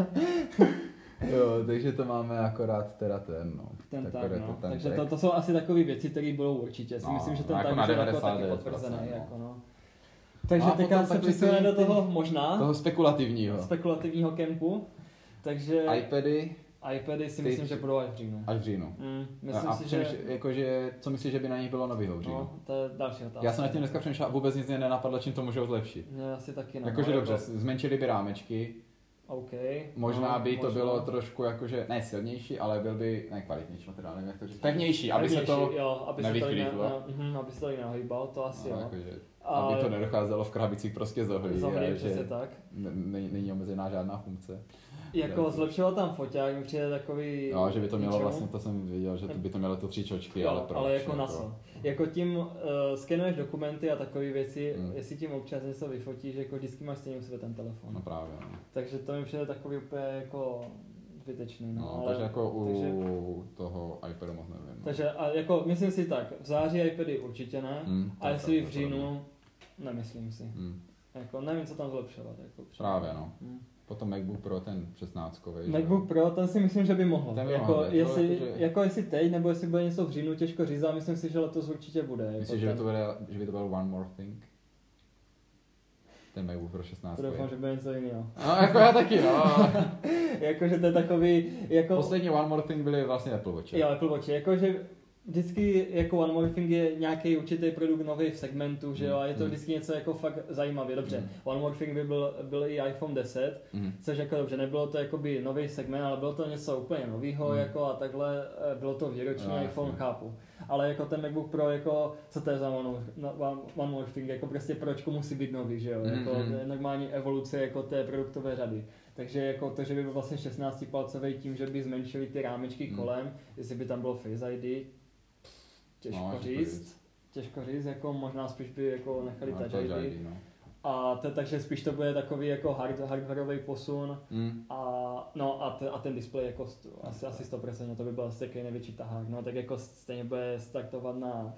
S3: Jo, takže to máme akorát teda ten, no.
S2: Ten
S3: tak,
S2: tak, no.
S3: to ten
S2: takže to, to jsou asi takové věci, které budou určitě. Si
S3: no,
S2: myslím, že ten
S3: no,
S2: tak
S3: jako
S2: je jako taky potvrzený,
S3: no.
S2: jako no. Takže no teďka se přesuneme do toho možná.
S3: Toho spekulativního.
S2: Spekulativního kempu. Takže...
S3: iPady,
S2: iPady si myslím, že budou až v říjnu.
S3: Až v říjnu.
S2: Mm, myslím
S3: a
S2: si,
S3: přemýšl,
S2: že...
S3: jakože, co myslíš, že by na nich bylo novýho v říjnu?
S2: No, to je další otázka.
S3: Já jsem na tím dneska přemýšlel a vůbec nic mě nenapadlo, čím to můžou zlepšit.
S2: Ne, asi taky ne.
S3: Jakože
S2: no,
S3: dobře,
S2: jako...
S3: zmenšili by rámečky.
S2: OK.
S3: Možná
S2: no,
S3: by to
S2: možná.
S3: bylo trošku jakože, ne silnější, ale byl by, ne kvalitnější materiál, nevím jak to říct. Pevnější, aby
S2: Pevnější,
S3: se to
S2: jo, aby
S3: nevychlíklo.
S2: Se to ne, ne, aby se to nahýbal, to asi
S3: no,
S2: jo.
S3: Jakože,
S2: ale...
S3: aby to nedocházelo v krabicích prostě z ohlí.
S2: Z ohlí, přesně tak.
S3: Není omezená žádná funkce.
S2: Jako zlepšovat tam foťák, mi přijde takový...
S3: No, že by to mělo
S2: ničemu.
S3: vlastně, to jsem viděl, že to by to mělo to tři čočky,
S2: jo,
S3: ale proč?
S2: ale jako na co? Jako tím uh, skenuješ dokumenty a takové věci,
S3: hmm.
S2: jestli tím občas něco vyfotíš, jako vždycky máš stejně u sebe ten telefon.
S3: No právě, no.
S2: Takže to mi přijde takový úplně jako zbytečný, no.
S3: no
S2: ale,
S3: takže jako u
S2: takže,
S3: toho iPadu moc nevím.
S2: Takže a jako myslím si tak, v září iPady určitě ne,
S3: hmm,
S2: a jestli v říjnu, nemyslím si.
S3: Hmm.
S2: Jako nevím, co tam zlepšovat. Jako
S3: právě, no.
S2: Hmm.
S3: Potom MacBook Pro, ten šestnáctkový.
S2: MacBook Pro, ten si myslím, že by mohl.
S3: Ten by
S2: jako,
S3: mohl,
S2: jestli,
S3: jako, že...
S2: jako jestli teď, nebo jestli bude něco v říjnu, těžko říct, ale myslím si, že letos určitě bude.
S3: Myslíš,
S2: jako
S3: že, by to byl, že by to byl One More Thing? Ten MacBook Pro šestnáct.
S2: To doufám, že bude něco jiného.
S3: No, jako já taky, no.
S2: Jakože to je takový, jako...
S3: Poslední One More Thing byly vlastně Apple Watch.
S2: Jo, Apple Watch, jakože vždycky jako One More Thing je nějaký určitý produkt nový v segmentu, že jo, a je to vždycky něco jako fakt zajímavé. Dobře, mm. One More Thing by byl, byl i iPhone deset, mm. což jako dobře, nebylo to jakoby nový segment, ale bylo to něco úplně novýho, mm. jako a takhle, bylo to výroční no, iPhone, jasný. Chápu. Ale jako ten MacBook Pro, jako, co to je za One, one, one More Thing, jako prostě pročku musí být nový, že jo, mm. jako normální evoluce jako té produktové řady. Takže jako to, že by byl vlastně šestnáctipalcový tím, že by zmenšili ty rámečky mm. kolem, jestli by tam bylo Face I D, těžko no, říct, těžko říct, jako možná spíš by jako nechali no, Touch I D. No. A to, takže spíš to bude takový jako hard, hardwareový posun mm. a, no, a, te, a ten display jako st, asi, asi sto procent, to by byl asi takový největší tahák, no tak jako stejně bude startovat na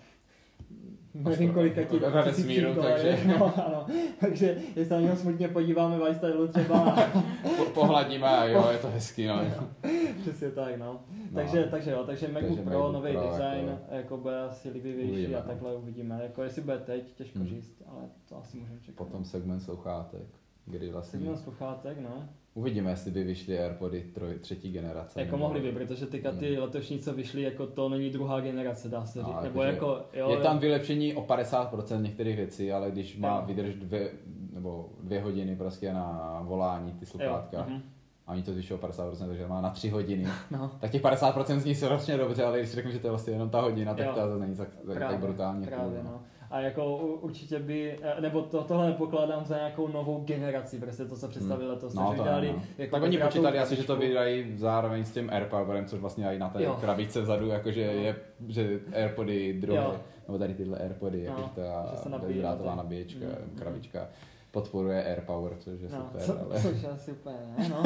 S2: nevím kolika ti
S3: vesmíru, takže
S2: no, ano. Takže jestli se na něho smutně podíváme v iStylu třeba
S3: po, pohladíme a jo, je to hezký, no.
S2: Přesně tak, no. Takže, no. takže jo, takže MacBook Pro, MacBook nový Pro, design, jako, jako bude asi líbivější uvidíme, a takhle uvidíme. Jako jestli bude teď, těžko hmm. říct, ale to asi můžeme čekat.
S3: Potom segment sluchátek, kdy vlastně...
S2: Segment sluchátek, no.
S3: Uvidíme, jestli by vyšly AirPody troj, třetí generace.
S2: Jako mohli by, protože teďka ty hmm. letošní, co vyšly, jako to není druhá generace, dá se říct. No, nebo jako, jo,
S3: je tam vylepšení o padesát procent některých věcí, ale když má jo. vydrž dvě, nebo dvě hodiny prostě na volání ty sluchátka, jo. Uh-huh. a oni to zvyšují o padesát procent, takže má na tři hodiny, no. tak těch padesát procent zní strašně dobře, ale když řeknu, že to je vlastně jenom ta hodina, tak jo. to zase není tak, tak brutálně.
S2: Právě, cool, no. A jako určitě by, nebo to, tohle nepokládám za nějakou novou generaci, prostě to, co představili hmm. letos.
S3: No, to
S2: dali,
S3: no.
S2: jako
S3: tak oni počítali asi, že to vydají zároveň s tím AirPowerem, což vlastně i na té jo. krabičce vzadu, jakože no. je, že AirPody druhé, nebo tady tyhle AirPody, no. jakože ta bezdrátová nabíječka, mm. krabička. Podporuje AirPower, což je no, super.
S2: Co, ale... Což je asi úplně ne, no.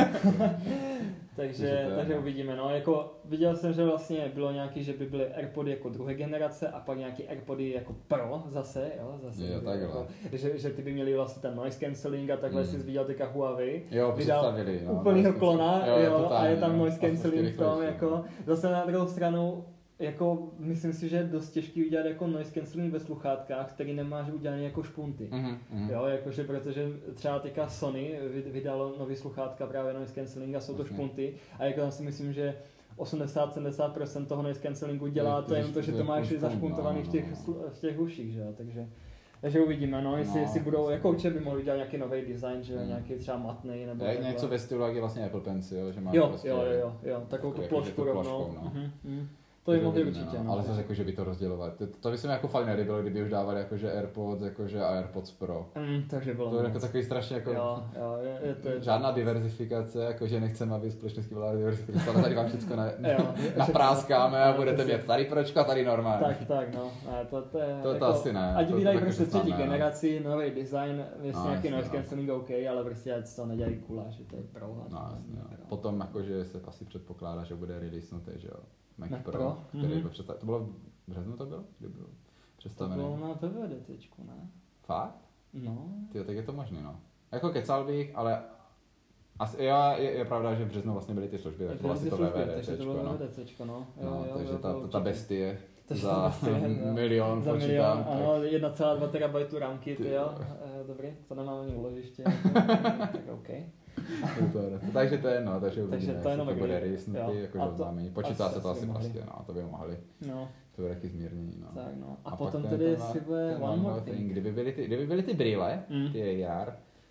S2: takže, takže no. uvidíme, no. Jako, viděl jsem, že vlastně bylo nějaký, že by byly AirPody jako druhé generace a pak nějaký AirPody jako Pro zase, jo. Zase
S3: jo,
S2: jako, že, že ty by měli vlastně ten noise cancelling a takhle mm. si viděl teďka Huawei.
S3: Jo, představili. No,
S2: úplnýho klona, jo, jo totálně, a je tam no, noise cancelling v tom, jako. Zase na druhou stranu, jako myslím si, že je dost těžký udělat jako noise cancelling ve sluchátkách, který nemáš udělaný jako špunty. Mm-hmm. Jo, jakože protože třeba teďka Sony vydalo nový sluchátka právě noise cancelling a jsou to okay. špunty a jako tam si myslím, že osmdesát až sedmdesát procent toho noise cancellingu dělá to jen to, že to máš zašpuntovaný v těch, v těch uších, že jo, takže takže uvidíme, no, jestli, no, jestli budou, jako určitě by mohli udělat nějaký nový design, že mm. nějaký třeba matnej nebo
S3: je něco ve stylu, jak je vlastně Apple Pencil, že má
S2: jo,
S3: prostě...
S2: Jo, jo, jo, takovou tu plošku rovnou. No. Mm-hmm. To je mohli určitě, no.
S3: Ale zase jako, že by to rozdělovali. To, to by se mi jako fakt nelíbilo, kdyby už dávali jakože AirPods, jakože a AirPods Pro.
S2: Mm, takže bylo
S3: to je jako takový strašně jako...
S2: Jo, jo, je, je to, je
S3: žádná to. diverzifikace, jakože nechceme, aby společnosti byla diverzifikace, ale tady vám všechno na, napráskáme a budete mít tady pročko a tady normálně.
S2: Tak, tak, no. A to, to, je,
S3: to,
S2: jako,
S3: to asi ne.
S2: Ať
S3: to,
S2: vydají
S3: to
S2: prostě třetí
S3: ne,
S2: generaci, no. nový design, vlastně
S3: no,
S2: nějaký noise
S3: no.
S2: cancelling OK, ale prostě ať to nedělají kula, že to je Pro.
S3: No, jasně, no. Potom jakože se asi předpokládá, že bude releasenutý, že jo. Mac, Mac Pro,
S2: Pro,
S3: který
S2: mm-hmm.
S3: byl představ... To bylo v březnu to bylo? Kdy bylo představený?
S2: To bylo na P V D tečku, ne?
S3: Fakt?
S2: No.
S3: Tyjo, tak je to možný, no. Jako kecal bych, ale asi, jo, je, je pravda, že v březnu vlastně byly ty služby, tak to vlastně to V V D tečko,
S2: no. V V D tečko, no. Jo,
S3: no,
S2: jo,
S3: takže
S2: jo,
S3: ta, ta, ta bestie
S2: to
S3: za bestie, milion
S2: za
S3: počítám.
S2: Milion, ano, jedna celá dva terabajtu rámky, ty jo. Dobrý, to nemám ani uložiště, tak OK.
S3: takže to je no, takže uvidíme,
S2: takže to, je
S3: to bude rejsnutý, jakože oznámení. Počítá se to asi prostě, no, to by mohli.
S2: No.
S3: To bude taky zmírnění, no.
S2: Tak no. A, a potom tedy si bude One More Thing.
S3: Kdyby byly ty, kdyby byly ty brýle,
S2: mm.
S3: ty A R,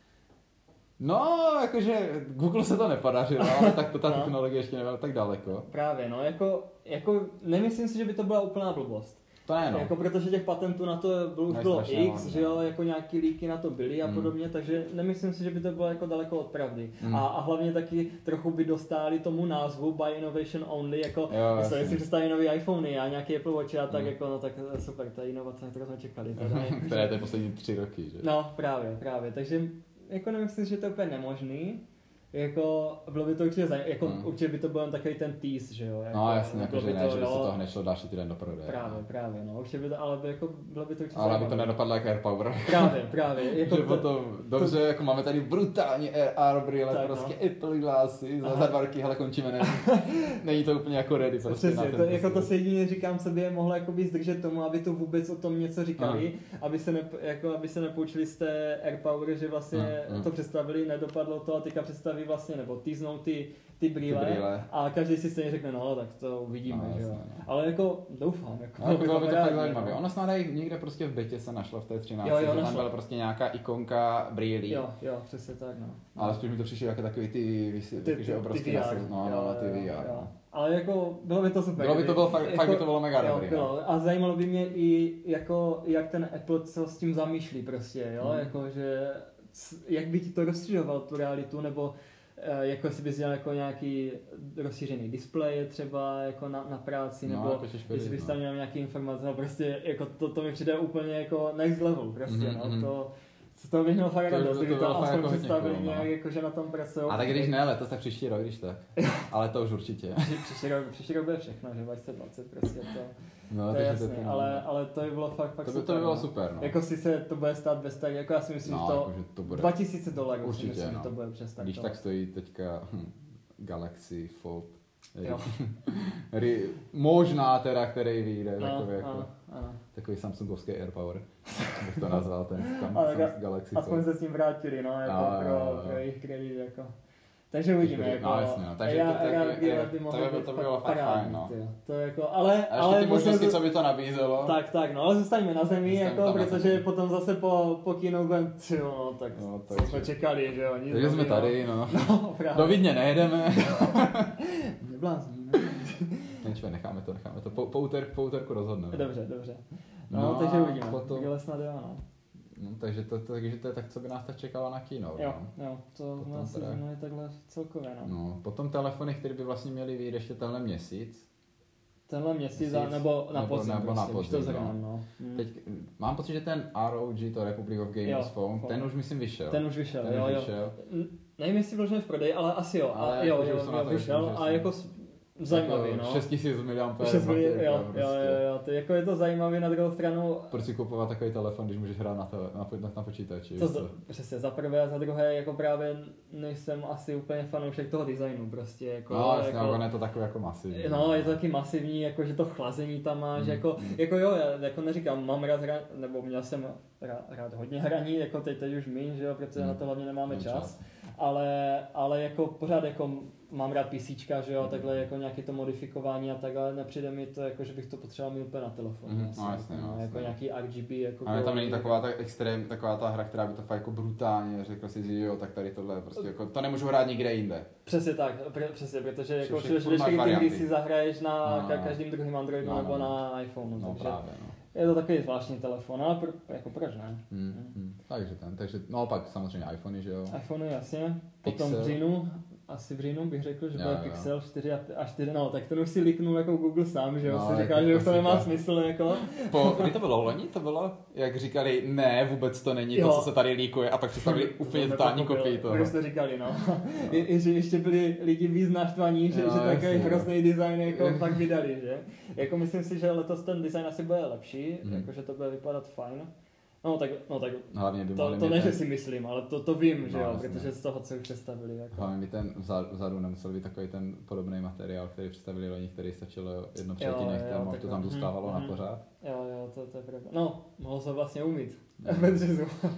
S3: no, jakože Google se to nepodařilo, ale tak to ta no. technologie ještě nebyla tak daleko.
S2: Právě, no, jako, jako nemyslím si, že by to byla úplná blbost.
S3: To ne, no.
S2: Jako protože těch patentů na to bylo, už bylo X, že jo, jako nějaký líky na to byly a mm. podobně, takže nemyslím si, že by to bylo jako daleko od pravdy. Mm. A, a hlavně taky trochu by dostáli tomu názvu By Innovation Only, jako jestli si představí nový iPhony a nějaký Apple Watch a tak mm. jako, no tak super, ta inovace, kterou jsme čekali.
S3: Které to je poslední tři roky, že?
S2: No, právě, právě, takže jako nemyslím, že to je úplně nemožný. Jako, bylo by to určitě zajímavé, jako hmm. určitě by to byl takový ten tease, že jo. Jako,
S3: no jasně, jako, že
S2: by
S3: ne,
S2: to,
S3: že by
S2: jo,
S3: se to hned šlo další týden do prodeje.
S2: Právě, no. právě, no, určitě by to, ale by, jako, bylo by to určitě
S3: ale
S2: zajímavé.
S3: aby to nedopadlo jako AirPower.
S2: Právě, právě. Jako
S3: že
S2: to,
S3: potom, dobře, to, jako máme tady brutální R R brýle, tak, prostě no. Apple glasy, za, za dva roky, hele, končíme, ne, není to úplně jako ready. Prostě
S2: přesně, to, jako to se jedině říkám, co by je mohlo jakoby zdržet tomu, aby to vůbec o tom něco říkali, hmm. aby se, ne, jako, aby se nepoučili z té AirPower, že vlastně hmm. to představili, nedopadlo to a teďka představí vlastně, nebo teasnou ty ty brýle, ty brýle a každý si stejně řekne, no tak to uvidíme, no, že jo. No. Ale jako doufám. Jako,
S3: no, jako bylo by to fakt zajímavé. Ono snad někde prostě v betě se našlo v té třinácti, jo, jo, že tam byla prostě nějaká ikonka brýlí.
S2: Jo, jo, přesně tak, no.
S3: Ale spíš mi to přišlo jako takový ty, ty, ty že obrovský nasek, no,
S2: jo,
S3: no, ty V R.
S2: Jo. Ale jako bylo by to super.
S3: Bylo by to bylo fakt, jako, fakt by to bylo mega dobrý.
S2: No. A zajímalo by mě i jako, jak ten Apple co s tím zamýšlí prostě, jo, hmm. jako že jak by ti to rozšiřoval tu realitu, nebo jako jestli bys dělal jako nějaký rozšířený displej třeba jako na, na práci, nebo
S3: no, jako
S2: jestli bys tam měl nějaký informace, no prostě jako to, to mi přijde úplně jako next level prostě, mm-hmm. no, to z toho bych měl fakt radost, kdyby to, to aspoň jako představili cool, nějak, no. jako, že na tom pracují.
S3: A tak když ne letos, tak příští rok, když tak. Ale to už určitě.
S2: příští, rok, příští rok bude všechno, že dvacet dvacet prostě to,
S3: no,
S2: to je jasný, to ale, ale to by bylo fakt, fakt
S3: to by,
S2: super.
S3: To by bylo super, no.
S2: Jako si se to bude stát bez tak, jako já si myslím,
S3: no,
S2: že to,
S3: jako, že to bude
S2: dva tisíce dolarů
S3: určitě,
S2: si myslím,
S3: no.
S2: že to bude přes tak.
S3: Když tak stojí teďka hm, Galaxy Fold.
S2: Jo.
S3: Možná teda, který vyjde,
S2: no,
S3: takový, jako,
S2: ano, ano.
S3: takový Samsungovský AirPower, bych to nazval, ten tam,
S2: ale
S3: Samsung Galaxy
S2: Aspoň
S3: Fold.
S2: se s tím vrátili, no, jako
S3: a,
S2: pro,
S3: jo, jo.
S2: pro jejich kredit, jako. Takže uvidíme, jako.
S3: No, jasně, no. Takže
S2: já,
S3: to, tak,
S2: já,
S3: je,
S2: já, by
S3: to, by, to by bylo fakt fajn, no.
S2: To jako, ale,
S3: a ještě
S2: ale
S3: ty možnosti,
S2: to,
S3: co by to nabízelo.
S2: Tak, tak, no, ale zůstaňme na zemi, jako, protože zemi. Potom zase po, po kino budem, no, tak, no, tak co jsme čekali, že jo.
S3: Takže jsme tady, no.
S2: no
S3: do Vídně nejedeme.
S2: Neblázní,
S3: Nečme, necháme to, necháme to. Po, po, úter, po úterku rozhodneme.
S2: Dobře, dobře. No, no takže uvidíme.
S3: Potom...
S2: Takhle snad jo, no.
S3: No, takže, to, to, takže to je tak, co by nás tak čekalo na kino.
S2: Jo,
S3: no.
S2: jo, to potom nás teda... zimuje takhle celkově, no.
S3: no. Potom telefony, které by vlastně měly vyjít ještě tenhle měsíc.
S2: Tenhle měsíc, měsíc nebo na
S3: nebo,
S2: podzim,
S3: nebo
S2: prostě,
S3: na podzim,
S2: to zhrám, no.
S3: Hmm. Teď mám pocit, že ten R O G, to Republic of Gamers jo, Phone, phone, ten už myslím vyšel.
S2: Ten už vyšel,
S3: ten
S2: jo,
S3: už
S2: jo.
S3: vyšel.
S2: Nevím, jestli vložený v prodeji, ale asi jo.
S3: Ale
S2: a, jo,
S3: jako,
S2: jo, jo, jo vyšel a jako zajímavý, no.
S3: šest tisíc miliampérů.
S2: šest jo, jo, jo, jo, to jako je to zajímavý na druhou stranu.
S3: Proč si kupovat takový telefon, když můžeš hrát na, to, na, na, na počítači?
S2: To, to, přesně, za prvé a za druhé, jako právě nejsem asi úplně fanoušek toho designu prostě. Jako,
S3: no, jasně,
S2: jako,
S3: ono je to takové jako masivní.
S2: No, je to taky masivní, jako že to chlazení tam máš, mm, jako, mm. jako jo, já jako neříkám, mám rád hra, nebo měl jsem rád, rád hodně hraní, jako teď, teď už míň, že jo, protože mm. na to hlavně nemáme čas. čas. Ale, ale jako pořád jako mám rád PCčka, že jo, takhle jako nějaké to modifikování a tak, ale nepřijde mi to jako, že bych to potřeboval mít úplně na telefon.
S3: Mm, no, jasně, no,
S2: jako
S3: jasně.
S2: nějaký R G B. Jako
S3: ale tam není taková ta extrém, taková ta hra, která by to fakt jako brutálně řekl si, že jo, tak tady tohle prostě jako, to nemůžu hrát nikde jinde.
S2: Přesně tak, pr- přesně, protože jako veškerý ty hry si zahraješ na no, každým druhým Androidu no, nebo no, na iPhoneu.
S3: No,
S2: takže
S3: právě, no.
S2: Je to takový zvláštní telefon, ale pr- jako proč ne?
S3: Hmm, hmm. Takže ten, takže no pak samozřejmě iPhony, že jo?
S2: iPhony jasně, potom v říjnu, asi v říjnu bych řekl, že bude Pixel čtyři a čtyři, no tak ten už si liknul jako Google sám, že jo, no, si říkal, jako že už to nemá smysl jako.
S3: Po, kdy to bylo loni, to bylo, jak říkali, ne, vůbec to není jo. To, co se tady líkuje a pak představili úplně totální kopii toho.
S2: Proč to říkali, no. Je, že ještě byli lidi víc naštvaní, že, no, že takový hrozný design jako fakt vydali, že. Jako myslím si, že letos ten design asi bude lepší, hmm. jakože to bude vypadat fajn. No tak, no tak
S3: hlavně by
S2: to, to ne, ten... že si myslím, ale to, to vím, no, že jo, vlastně. Protože z toho, co už představili. Jako.
S3: Hlavně by ten vzadu nemusel být takový ten podobný materiál, který představili loni, který stačilo jedno přetí nechtem, a to tam zůstávalo hmm, na pořád.
S2: Jo, jo, to, to je pravda. No, mohlo se vlastně umít. Ve dřezu.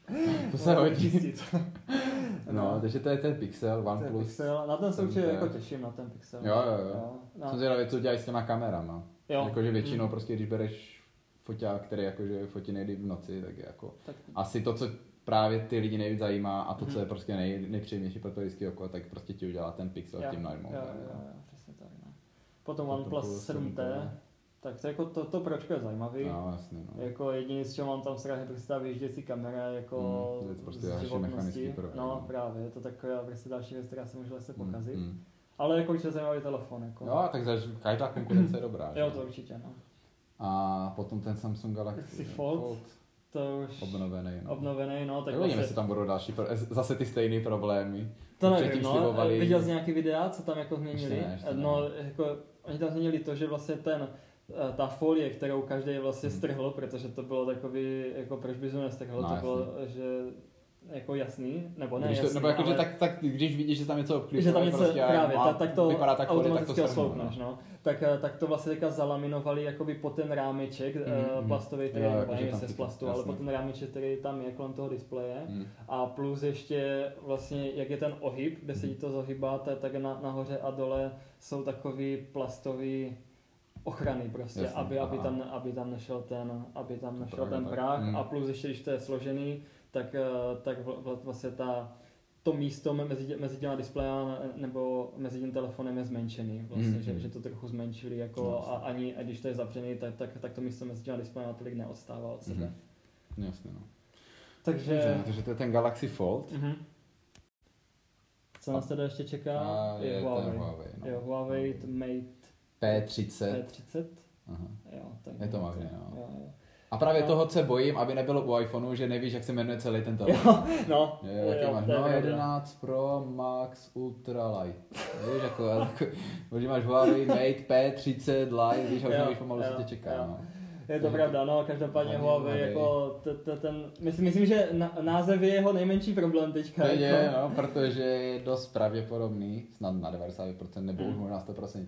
S3: To se hodí. No, takže to je ten Pixel, OnePlus.
S2: Pixel, na ten se určitě jako těším, na ten Pixel.
S3: Jo, jo, jo. jo. No. Jsem zvědavý, co dělají s těma kamerama. Jo. Jakože většinou mm. prostě, když bereš foťák, který jakože fotí nejlíp v noci, tak je jako tak. Asi to, co právě ty lidi nejvíc zajímá a to, co je prostě nej, nejpříjemnější pro to lidský oko, tak prostě ti udělá ten Pixel tím najmou.
S2: Jo, jo, jo, přesně tak. No. Potom to OnePlus sedm T, tak to, jako to, to pročko je zajímavý.
S3: No, jasně, no.
S2: Jako jediný, z čeho mám tam strach, je prostě ta vyjížděcí kamera, jako
S3: mm, to je prostě další mechanický problém.
S2: No právě, je to taková prostě další věc, která se může lehce pokazit. Mm, mm. Ale jako určitě zajímavý telefon. Jako.
S3: Jo, tak každá konkurence je dobrá.
S2: Jo, to určitě, no.
S3: A potom ten Samsung Galaxy
S2: Fold. Fold. To už
S3: obnovený, no.
S2: Obnovený, no. Tak
S3: vlastně... jestli tam budou další, zase ty stejné problémy.
S2: To nevím, no. Slibovali... Viděl jsi nějaký videa, co tam jako změnili? Ještě ne, ještě no, ne. Jako, oni tam změnili to, že vlastně ten, ta folie, kterou každý vlastně hmm. strhl, protože to bylo takový, jako proč bys ho nestrhl, no, to bylo, že jako jasný, nebo ne
S3: když to,
S2: jasný,
S3: nebo jako,
S2: ale...
S3: že tak, tak, když vidíš, že tam něco obklípí,
S2: že tam něco,
S3: prostě
S2: právě,
S3: má,
S2: tak to
S3: vypadá tak
S2: automaticky osloupneš, no. Tak, tak to vlastně teďka zalaminovali jakoby po ten rámeček mm, plastový, který je jako, se z plastu, ale po ten rámeček, který tam je kolem toho displeje. Mm. A plus ještě vlastně, jak je ten ohyb, kde se ti to zohybá, tak na, nahoře a dole jsou takový plastový ochrany prostě, jasný, aby, aby, tam, aby tam nešel ten, aby tam nešel ten prach mm. A plus ještě, když to je složený, tak, tak vlastně ta, to místo mezi, mezi těma displejama nebo mezi tím telefonem je zmenšený, vlastně, mm. že, že to trochu zmenšili jako no, a ani a když to je zavřený, tak, tak, tak to místo mezi těma displejama tolik neodstává od sebe.
S3: Mm. Jasně, no.
S2: Takže...
S3: Takže to je ten Galaxy Fold.
S2: Mm-hmm. Co nás teda ještě čeká?
S3: A je, je Huawei. Huawei, no.
S2: Jo, Huawei Mate
S3: P třicet.
S2: P třicet?
S3: Aha.
S2: Jo, tak
S3: je to možné, no.
S2: Jo, jo.
S3: A právě no. toho se bojím, aby nebylo u iPhoneu, že nevíš, jak se jmenuje celý ten telefon.
S2: Jo, no.
S3: Je, jo, máš no jedenáct Pro Max Ultra Light. Víš, jako, jako když máš Huawei Mate P třicet Lite, víš, a už nevíš, pomalu se tě čeká,
S2: jo.
S3: no.
S2: Je to pravda, no, každopádně Huawei, jako t, t, ten, myslím, myslím, že na, název je jeho nejmenší problém teďka.
S3: To je, jako. No, protože je dost pravděpodobný, snad na devadesát procent nebo už možná sto procent,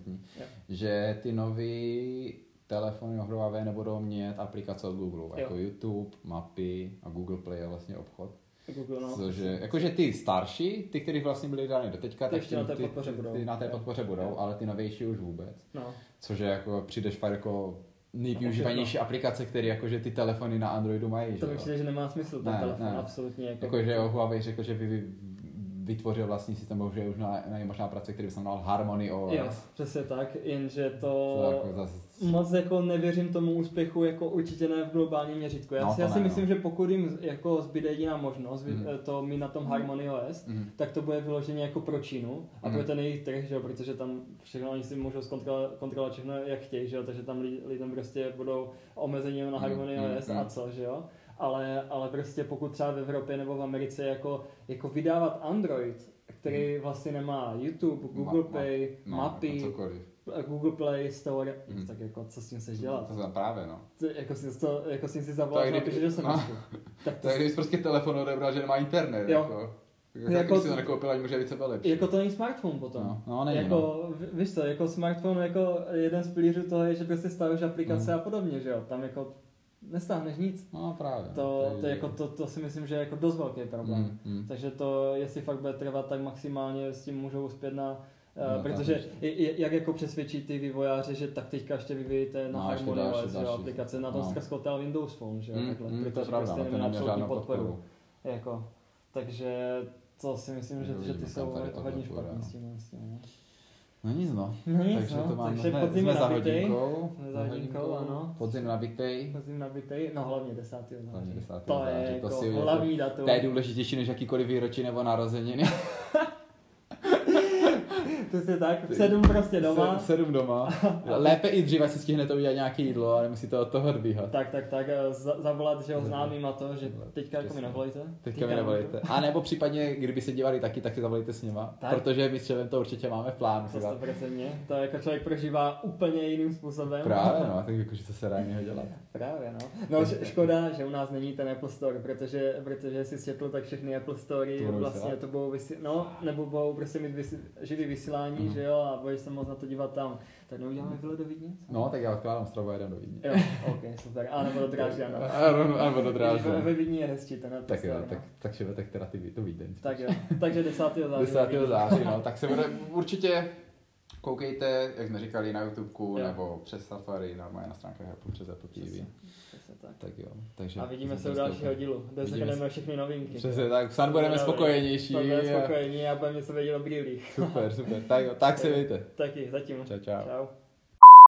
S3: že ty nový telefony od Huawei nebudou mít aplikace od Google, jo. Jako YouTube, mapy a Google Play je vlastně obchod.
S2: Google, no.
S3: Cože, jakože ty starší, ty, kteří vlastně byli dány do teďka, tak
S2: ty, na té podpoře
S3: ty,
S2: budou.
S3: Ty na té podpoře budou, jo. Ale ty novější už vůbec.
S2: No.
S3: Cože jako přijdeš fakt jako nejvyužívanější aplikace, které jakože ty telefony na Androidu mají.
S2: To mi přijde, že nemá smysl ten ne, telefon, ne. Absolutně. Jako...
S3: Jakože Huawei řekl, že vy, vy vytvořil vlastní systém, že už na, na možná práce, který by se jmenoval Harmony O S.
S2: Jo, přesně tak, jenže to,
S3: to jako zase...
S2: moc jako nevěřím tomu úspěchu, jako určitě ne v globálním měřítku. Já no, si, já si ne, myslím, no. že pokud jim jako zbyde jediná možnost mm. to mít na tom Harmony O S, mm. tak to bude vyloženě jako pro Čínu a mm. pro ten jejich trh, že jo, protože tam všechno oni si můžou zkontrolovat, kontrolovat všechno jak chtějí, že jo, takže tam lidem prostě budou omezení na Harmony mm. O S mm. a co, že jo. Ale, ale prostě pokud třeba v Evropě nebo v Americe jako, jako vydávat Android, který vlastně nemá YouTube, Google ma, Pay,
S3: ma,
S2: mapy, Google Play Store, mm. tak jako co s tím chceš dělat?
S3: To, to právě, no.
S2: To, jako, si to, jako si si zavoláš a napíšeš, že jsem no.
S3: Tak to, to je, kdybys prostě telefon odebral, že nemá internet, jo. Jako. Jako si to nekoupil, ať může více lepší.
S2: Jako to není smartphone potom.
S3: No, no není,
S2: jako,
S3: no.
S2: Víš co, jako smartphone, jako jeden z pilířů toho je, že prostě stavíš aplikace mm. a podobně, že jo. Tam jako nestáhneš nic.
S3: No právě.
S2: To, to, to, jako, to, to si myslím, že je jako dost velký problém. Mm, mm. Takže to, jestli fakt bude trvat, tak maximálně s tím můžou uspět na... Uh, no, protože je, jak jako přesvědčí ty vývojáři, že tak teďka ještě vyvíjíte na no, Harmony O S aplikace, na tom no. zkraskotal Windows Phone, že jo,
S3: mm,
S2: takhle,
S3: mm,
S2: protože
S3: pravda,
S2: prostě neměl absolutní podporu. Jako, takže to si myslím, že, že ty jsou hodně špatný s tím.
S3: No nic no,
S2: no nic,
S3: takže
S2: no.
S3: to máme,
S2: takže
S3: jsme,
S2: podzim
S3: jsme za
S2: nabitej,
S3: hodinkou,
S2: za hodinkou, ano.
S3: Podzim nabitej.
S2: Podzim nabitej, no hlavně desátého
S3: Hlavně desátého
S2: To
S3: září.
S2: je
S3: to
S2: jako
S3: si
S2: hlavní datum.
S3: To je důležitější než jakýkoliv výročí nebo narozeniny.
S2: Přesně tak, sedm prostě doma.
S3: Se, sedm doma. Lépe i dřív, si stihne to udělat nějaké jídlo a nemusí to od toho odbíhat.
S2: Tak, tak, tak, zavolat, že ho známým a to, že teďka jako mi nevolejte.
S3: Teďka, teďka mi nevolejte. A nebo případně, kdyby se dívali taky, tak si zavolejte s nima. Tak. Protože my s Čevem to určitě máme v plánu.
S2: To sto procent. To jako člověk prožívá úplně jiným způsobem.
S3: Právě no, tak jakože to se dá jiného dělat.
S2: Právě no. No škoda, že u nás není ten Apple Store, protože, protože si četl tak všechny Apple Story, vlastně to budou vysí... no, nebo budou prostě mít vysí... živý vysílání cestování, mm. že jo, a budeš se moc na to dívat tam. Tak neuděláme výlet do Vídně?
S3: No, tak já odkládám Ostravu a jedem do Vídně.
S2: Jo, ok, super. A nebo do Drážďana.
S3: A nebo do Drážďana.
S2: Ve Vídni je hezčí ten
S3: Tak jo, tak, takže tak teda ty, to Vídeň.
S2: Tak jo, takže desátého září.
S3: desátého září, no, tak se bude určitě koukejte, jak jsme říkali, na YouTubeku nebo přes Safari, normálně na stránkách Apple přes Apple T V.
S2: Přesně, přesně tak.
S3: Tak jo, takže
S2: a vidíme se u dalšího dílu, kde řekneme všechny novinky.
S3: Přesně tak, snad budeme spokojenější.
S2: Snad budeme spokojení a budeme se vědět o brýlích.
S3: Super, super, tak jo, tak se mějte.
S2: Taky, zatím.
S3: Čau, čau.
S2: Čau.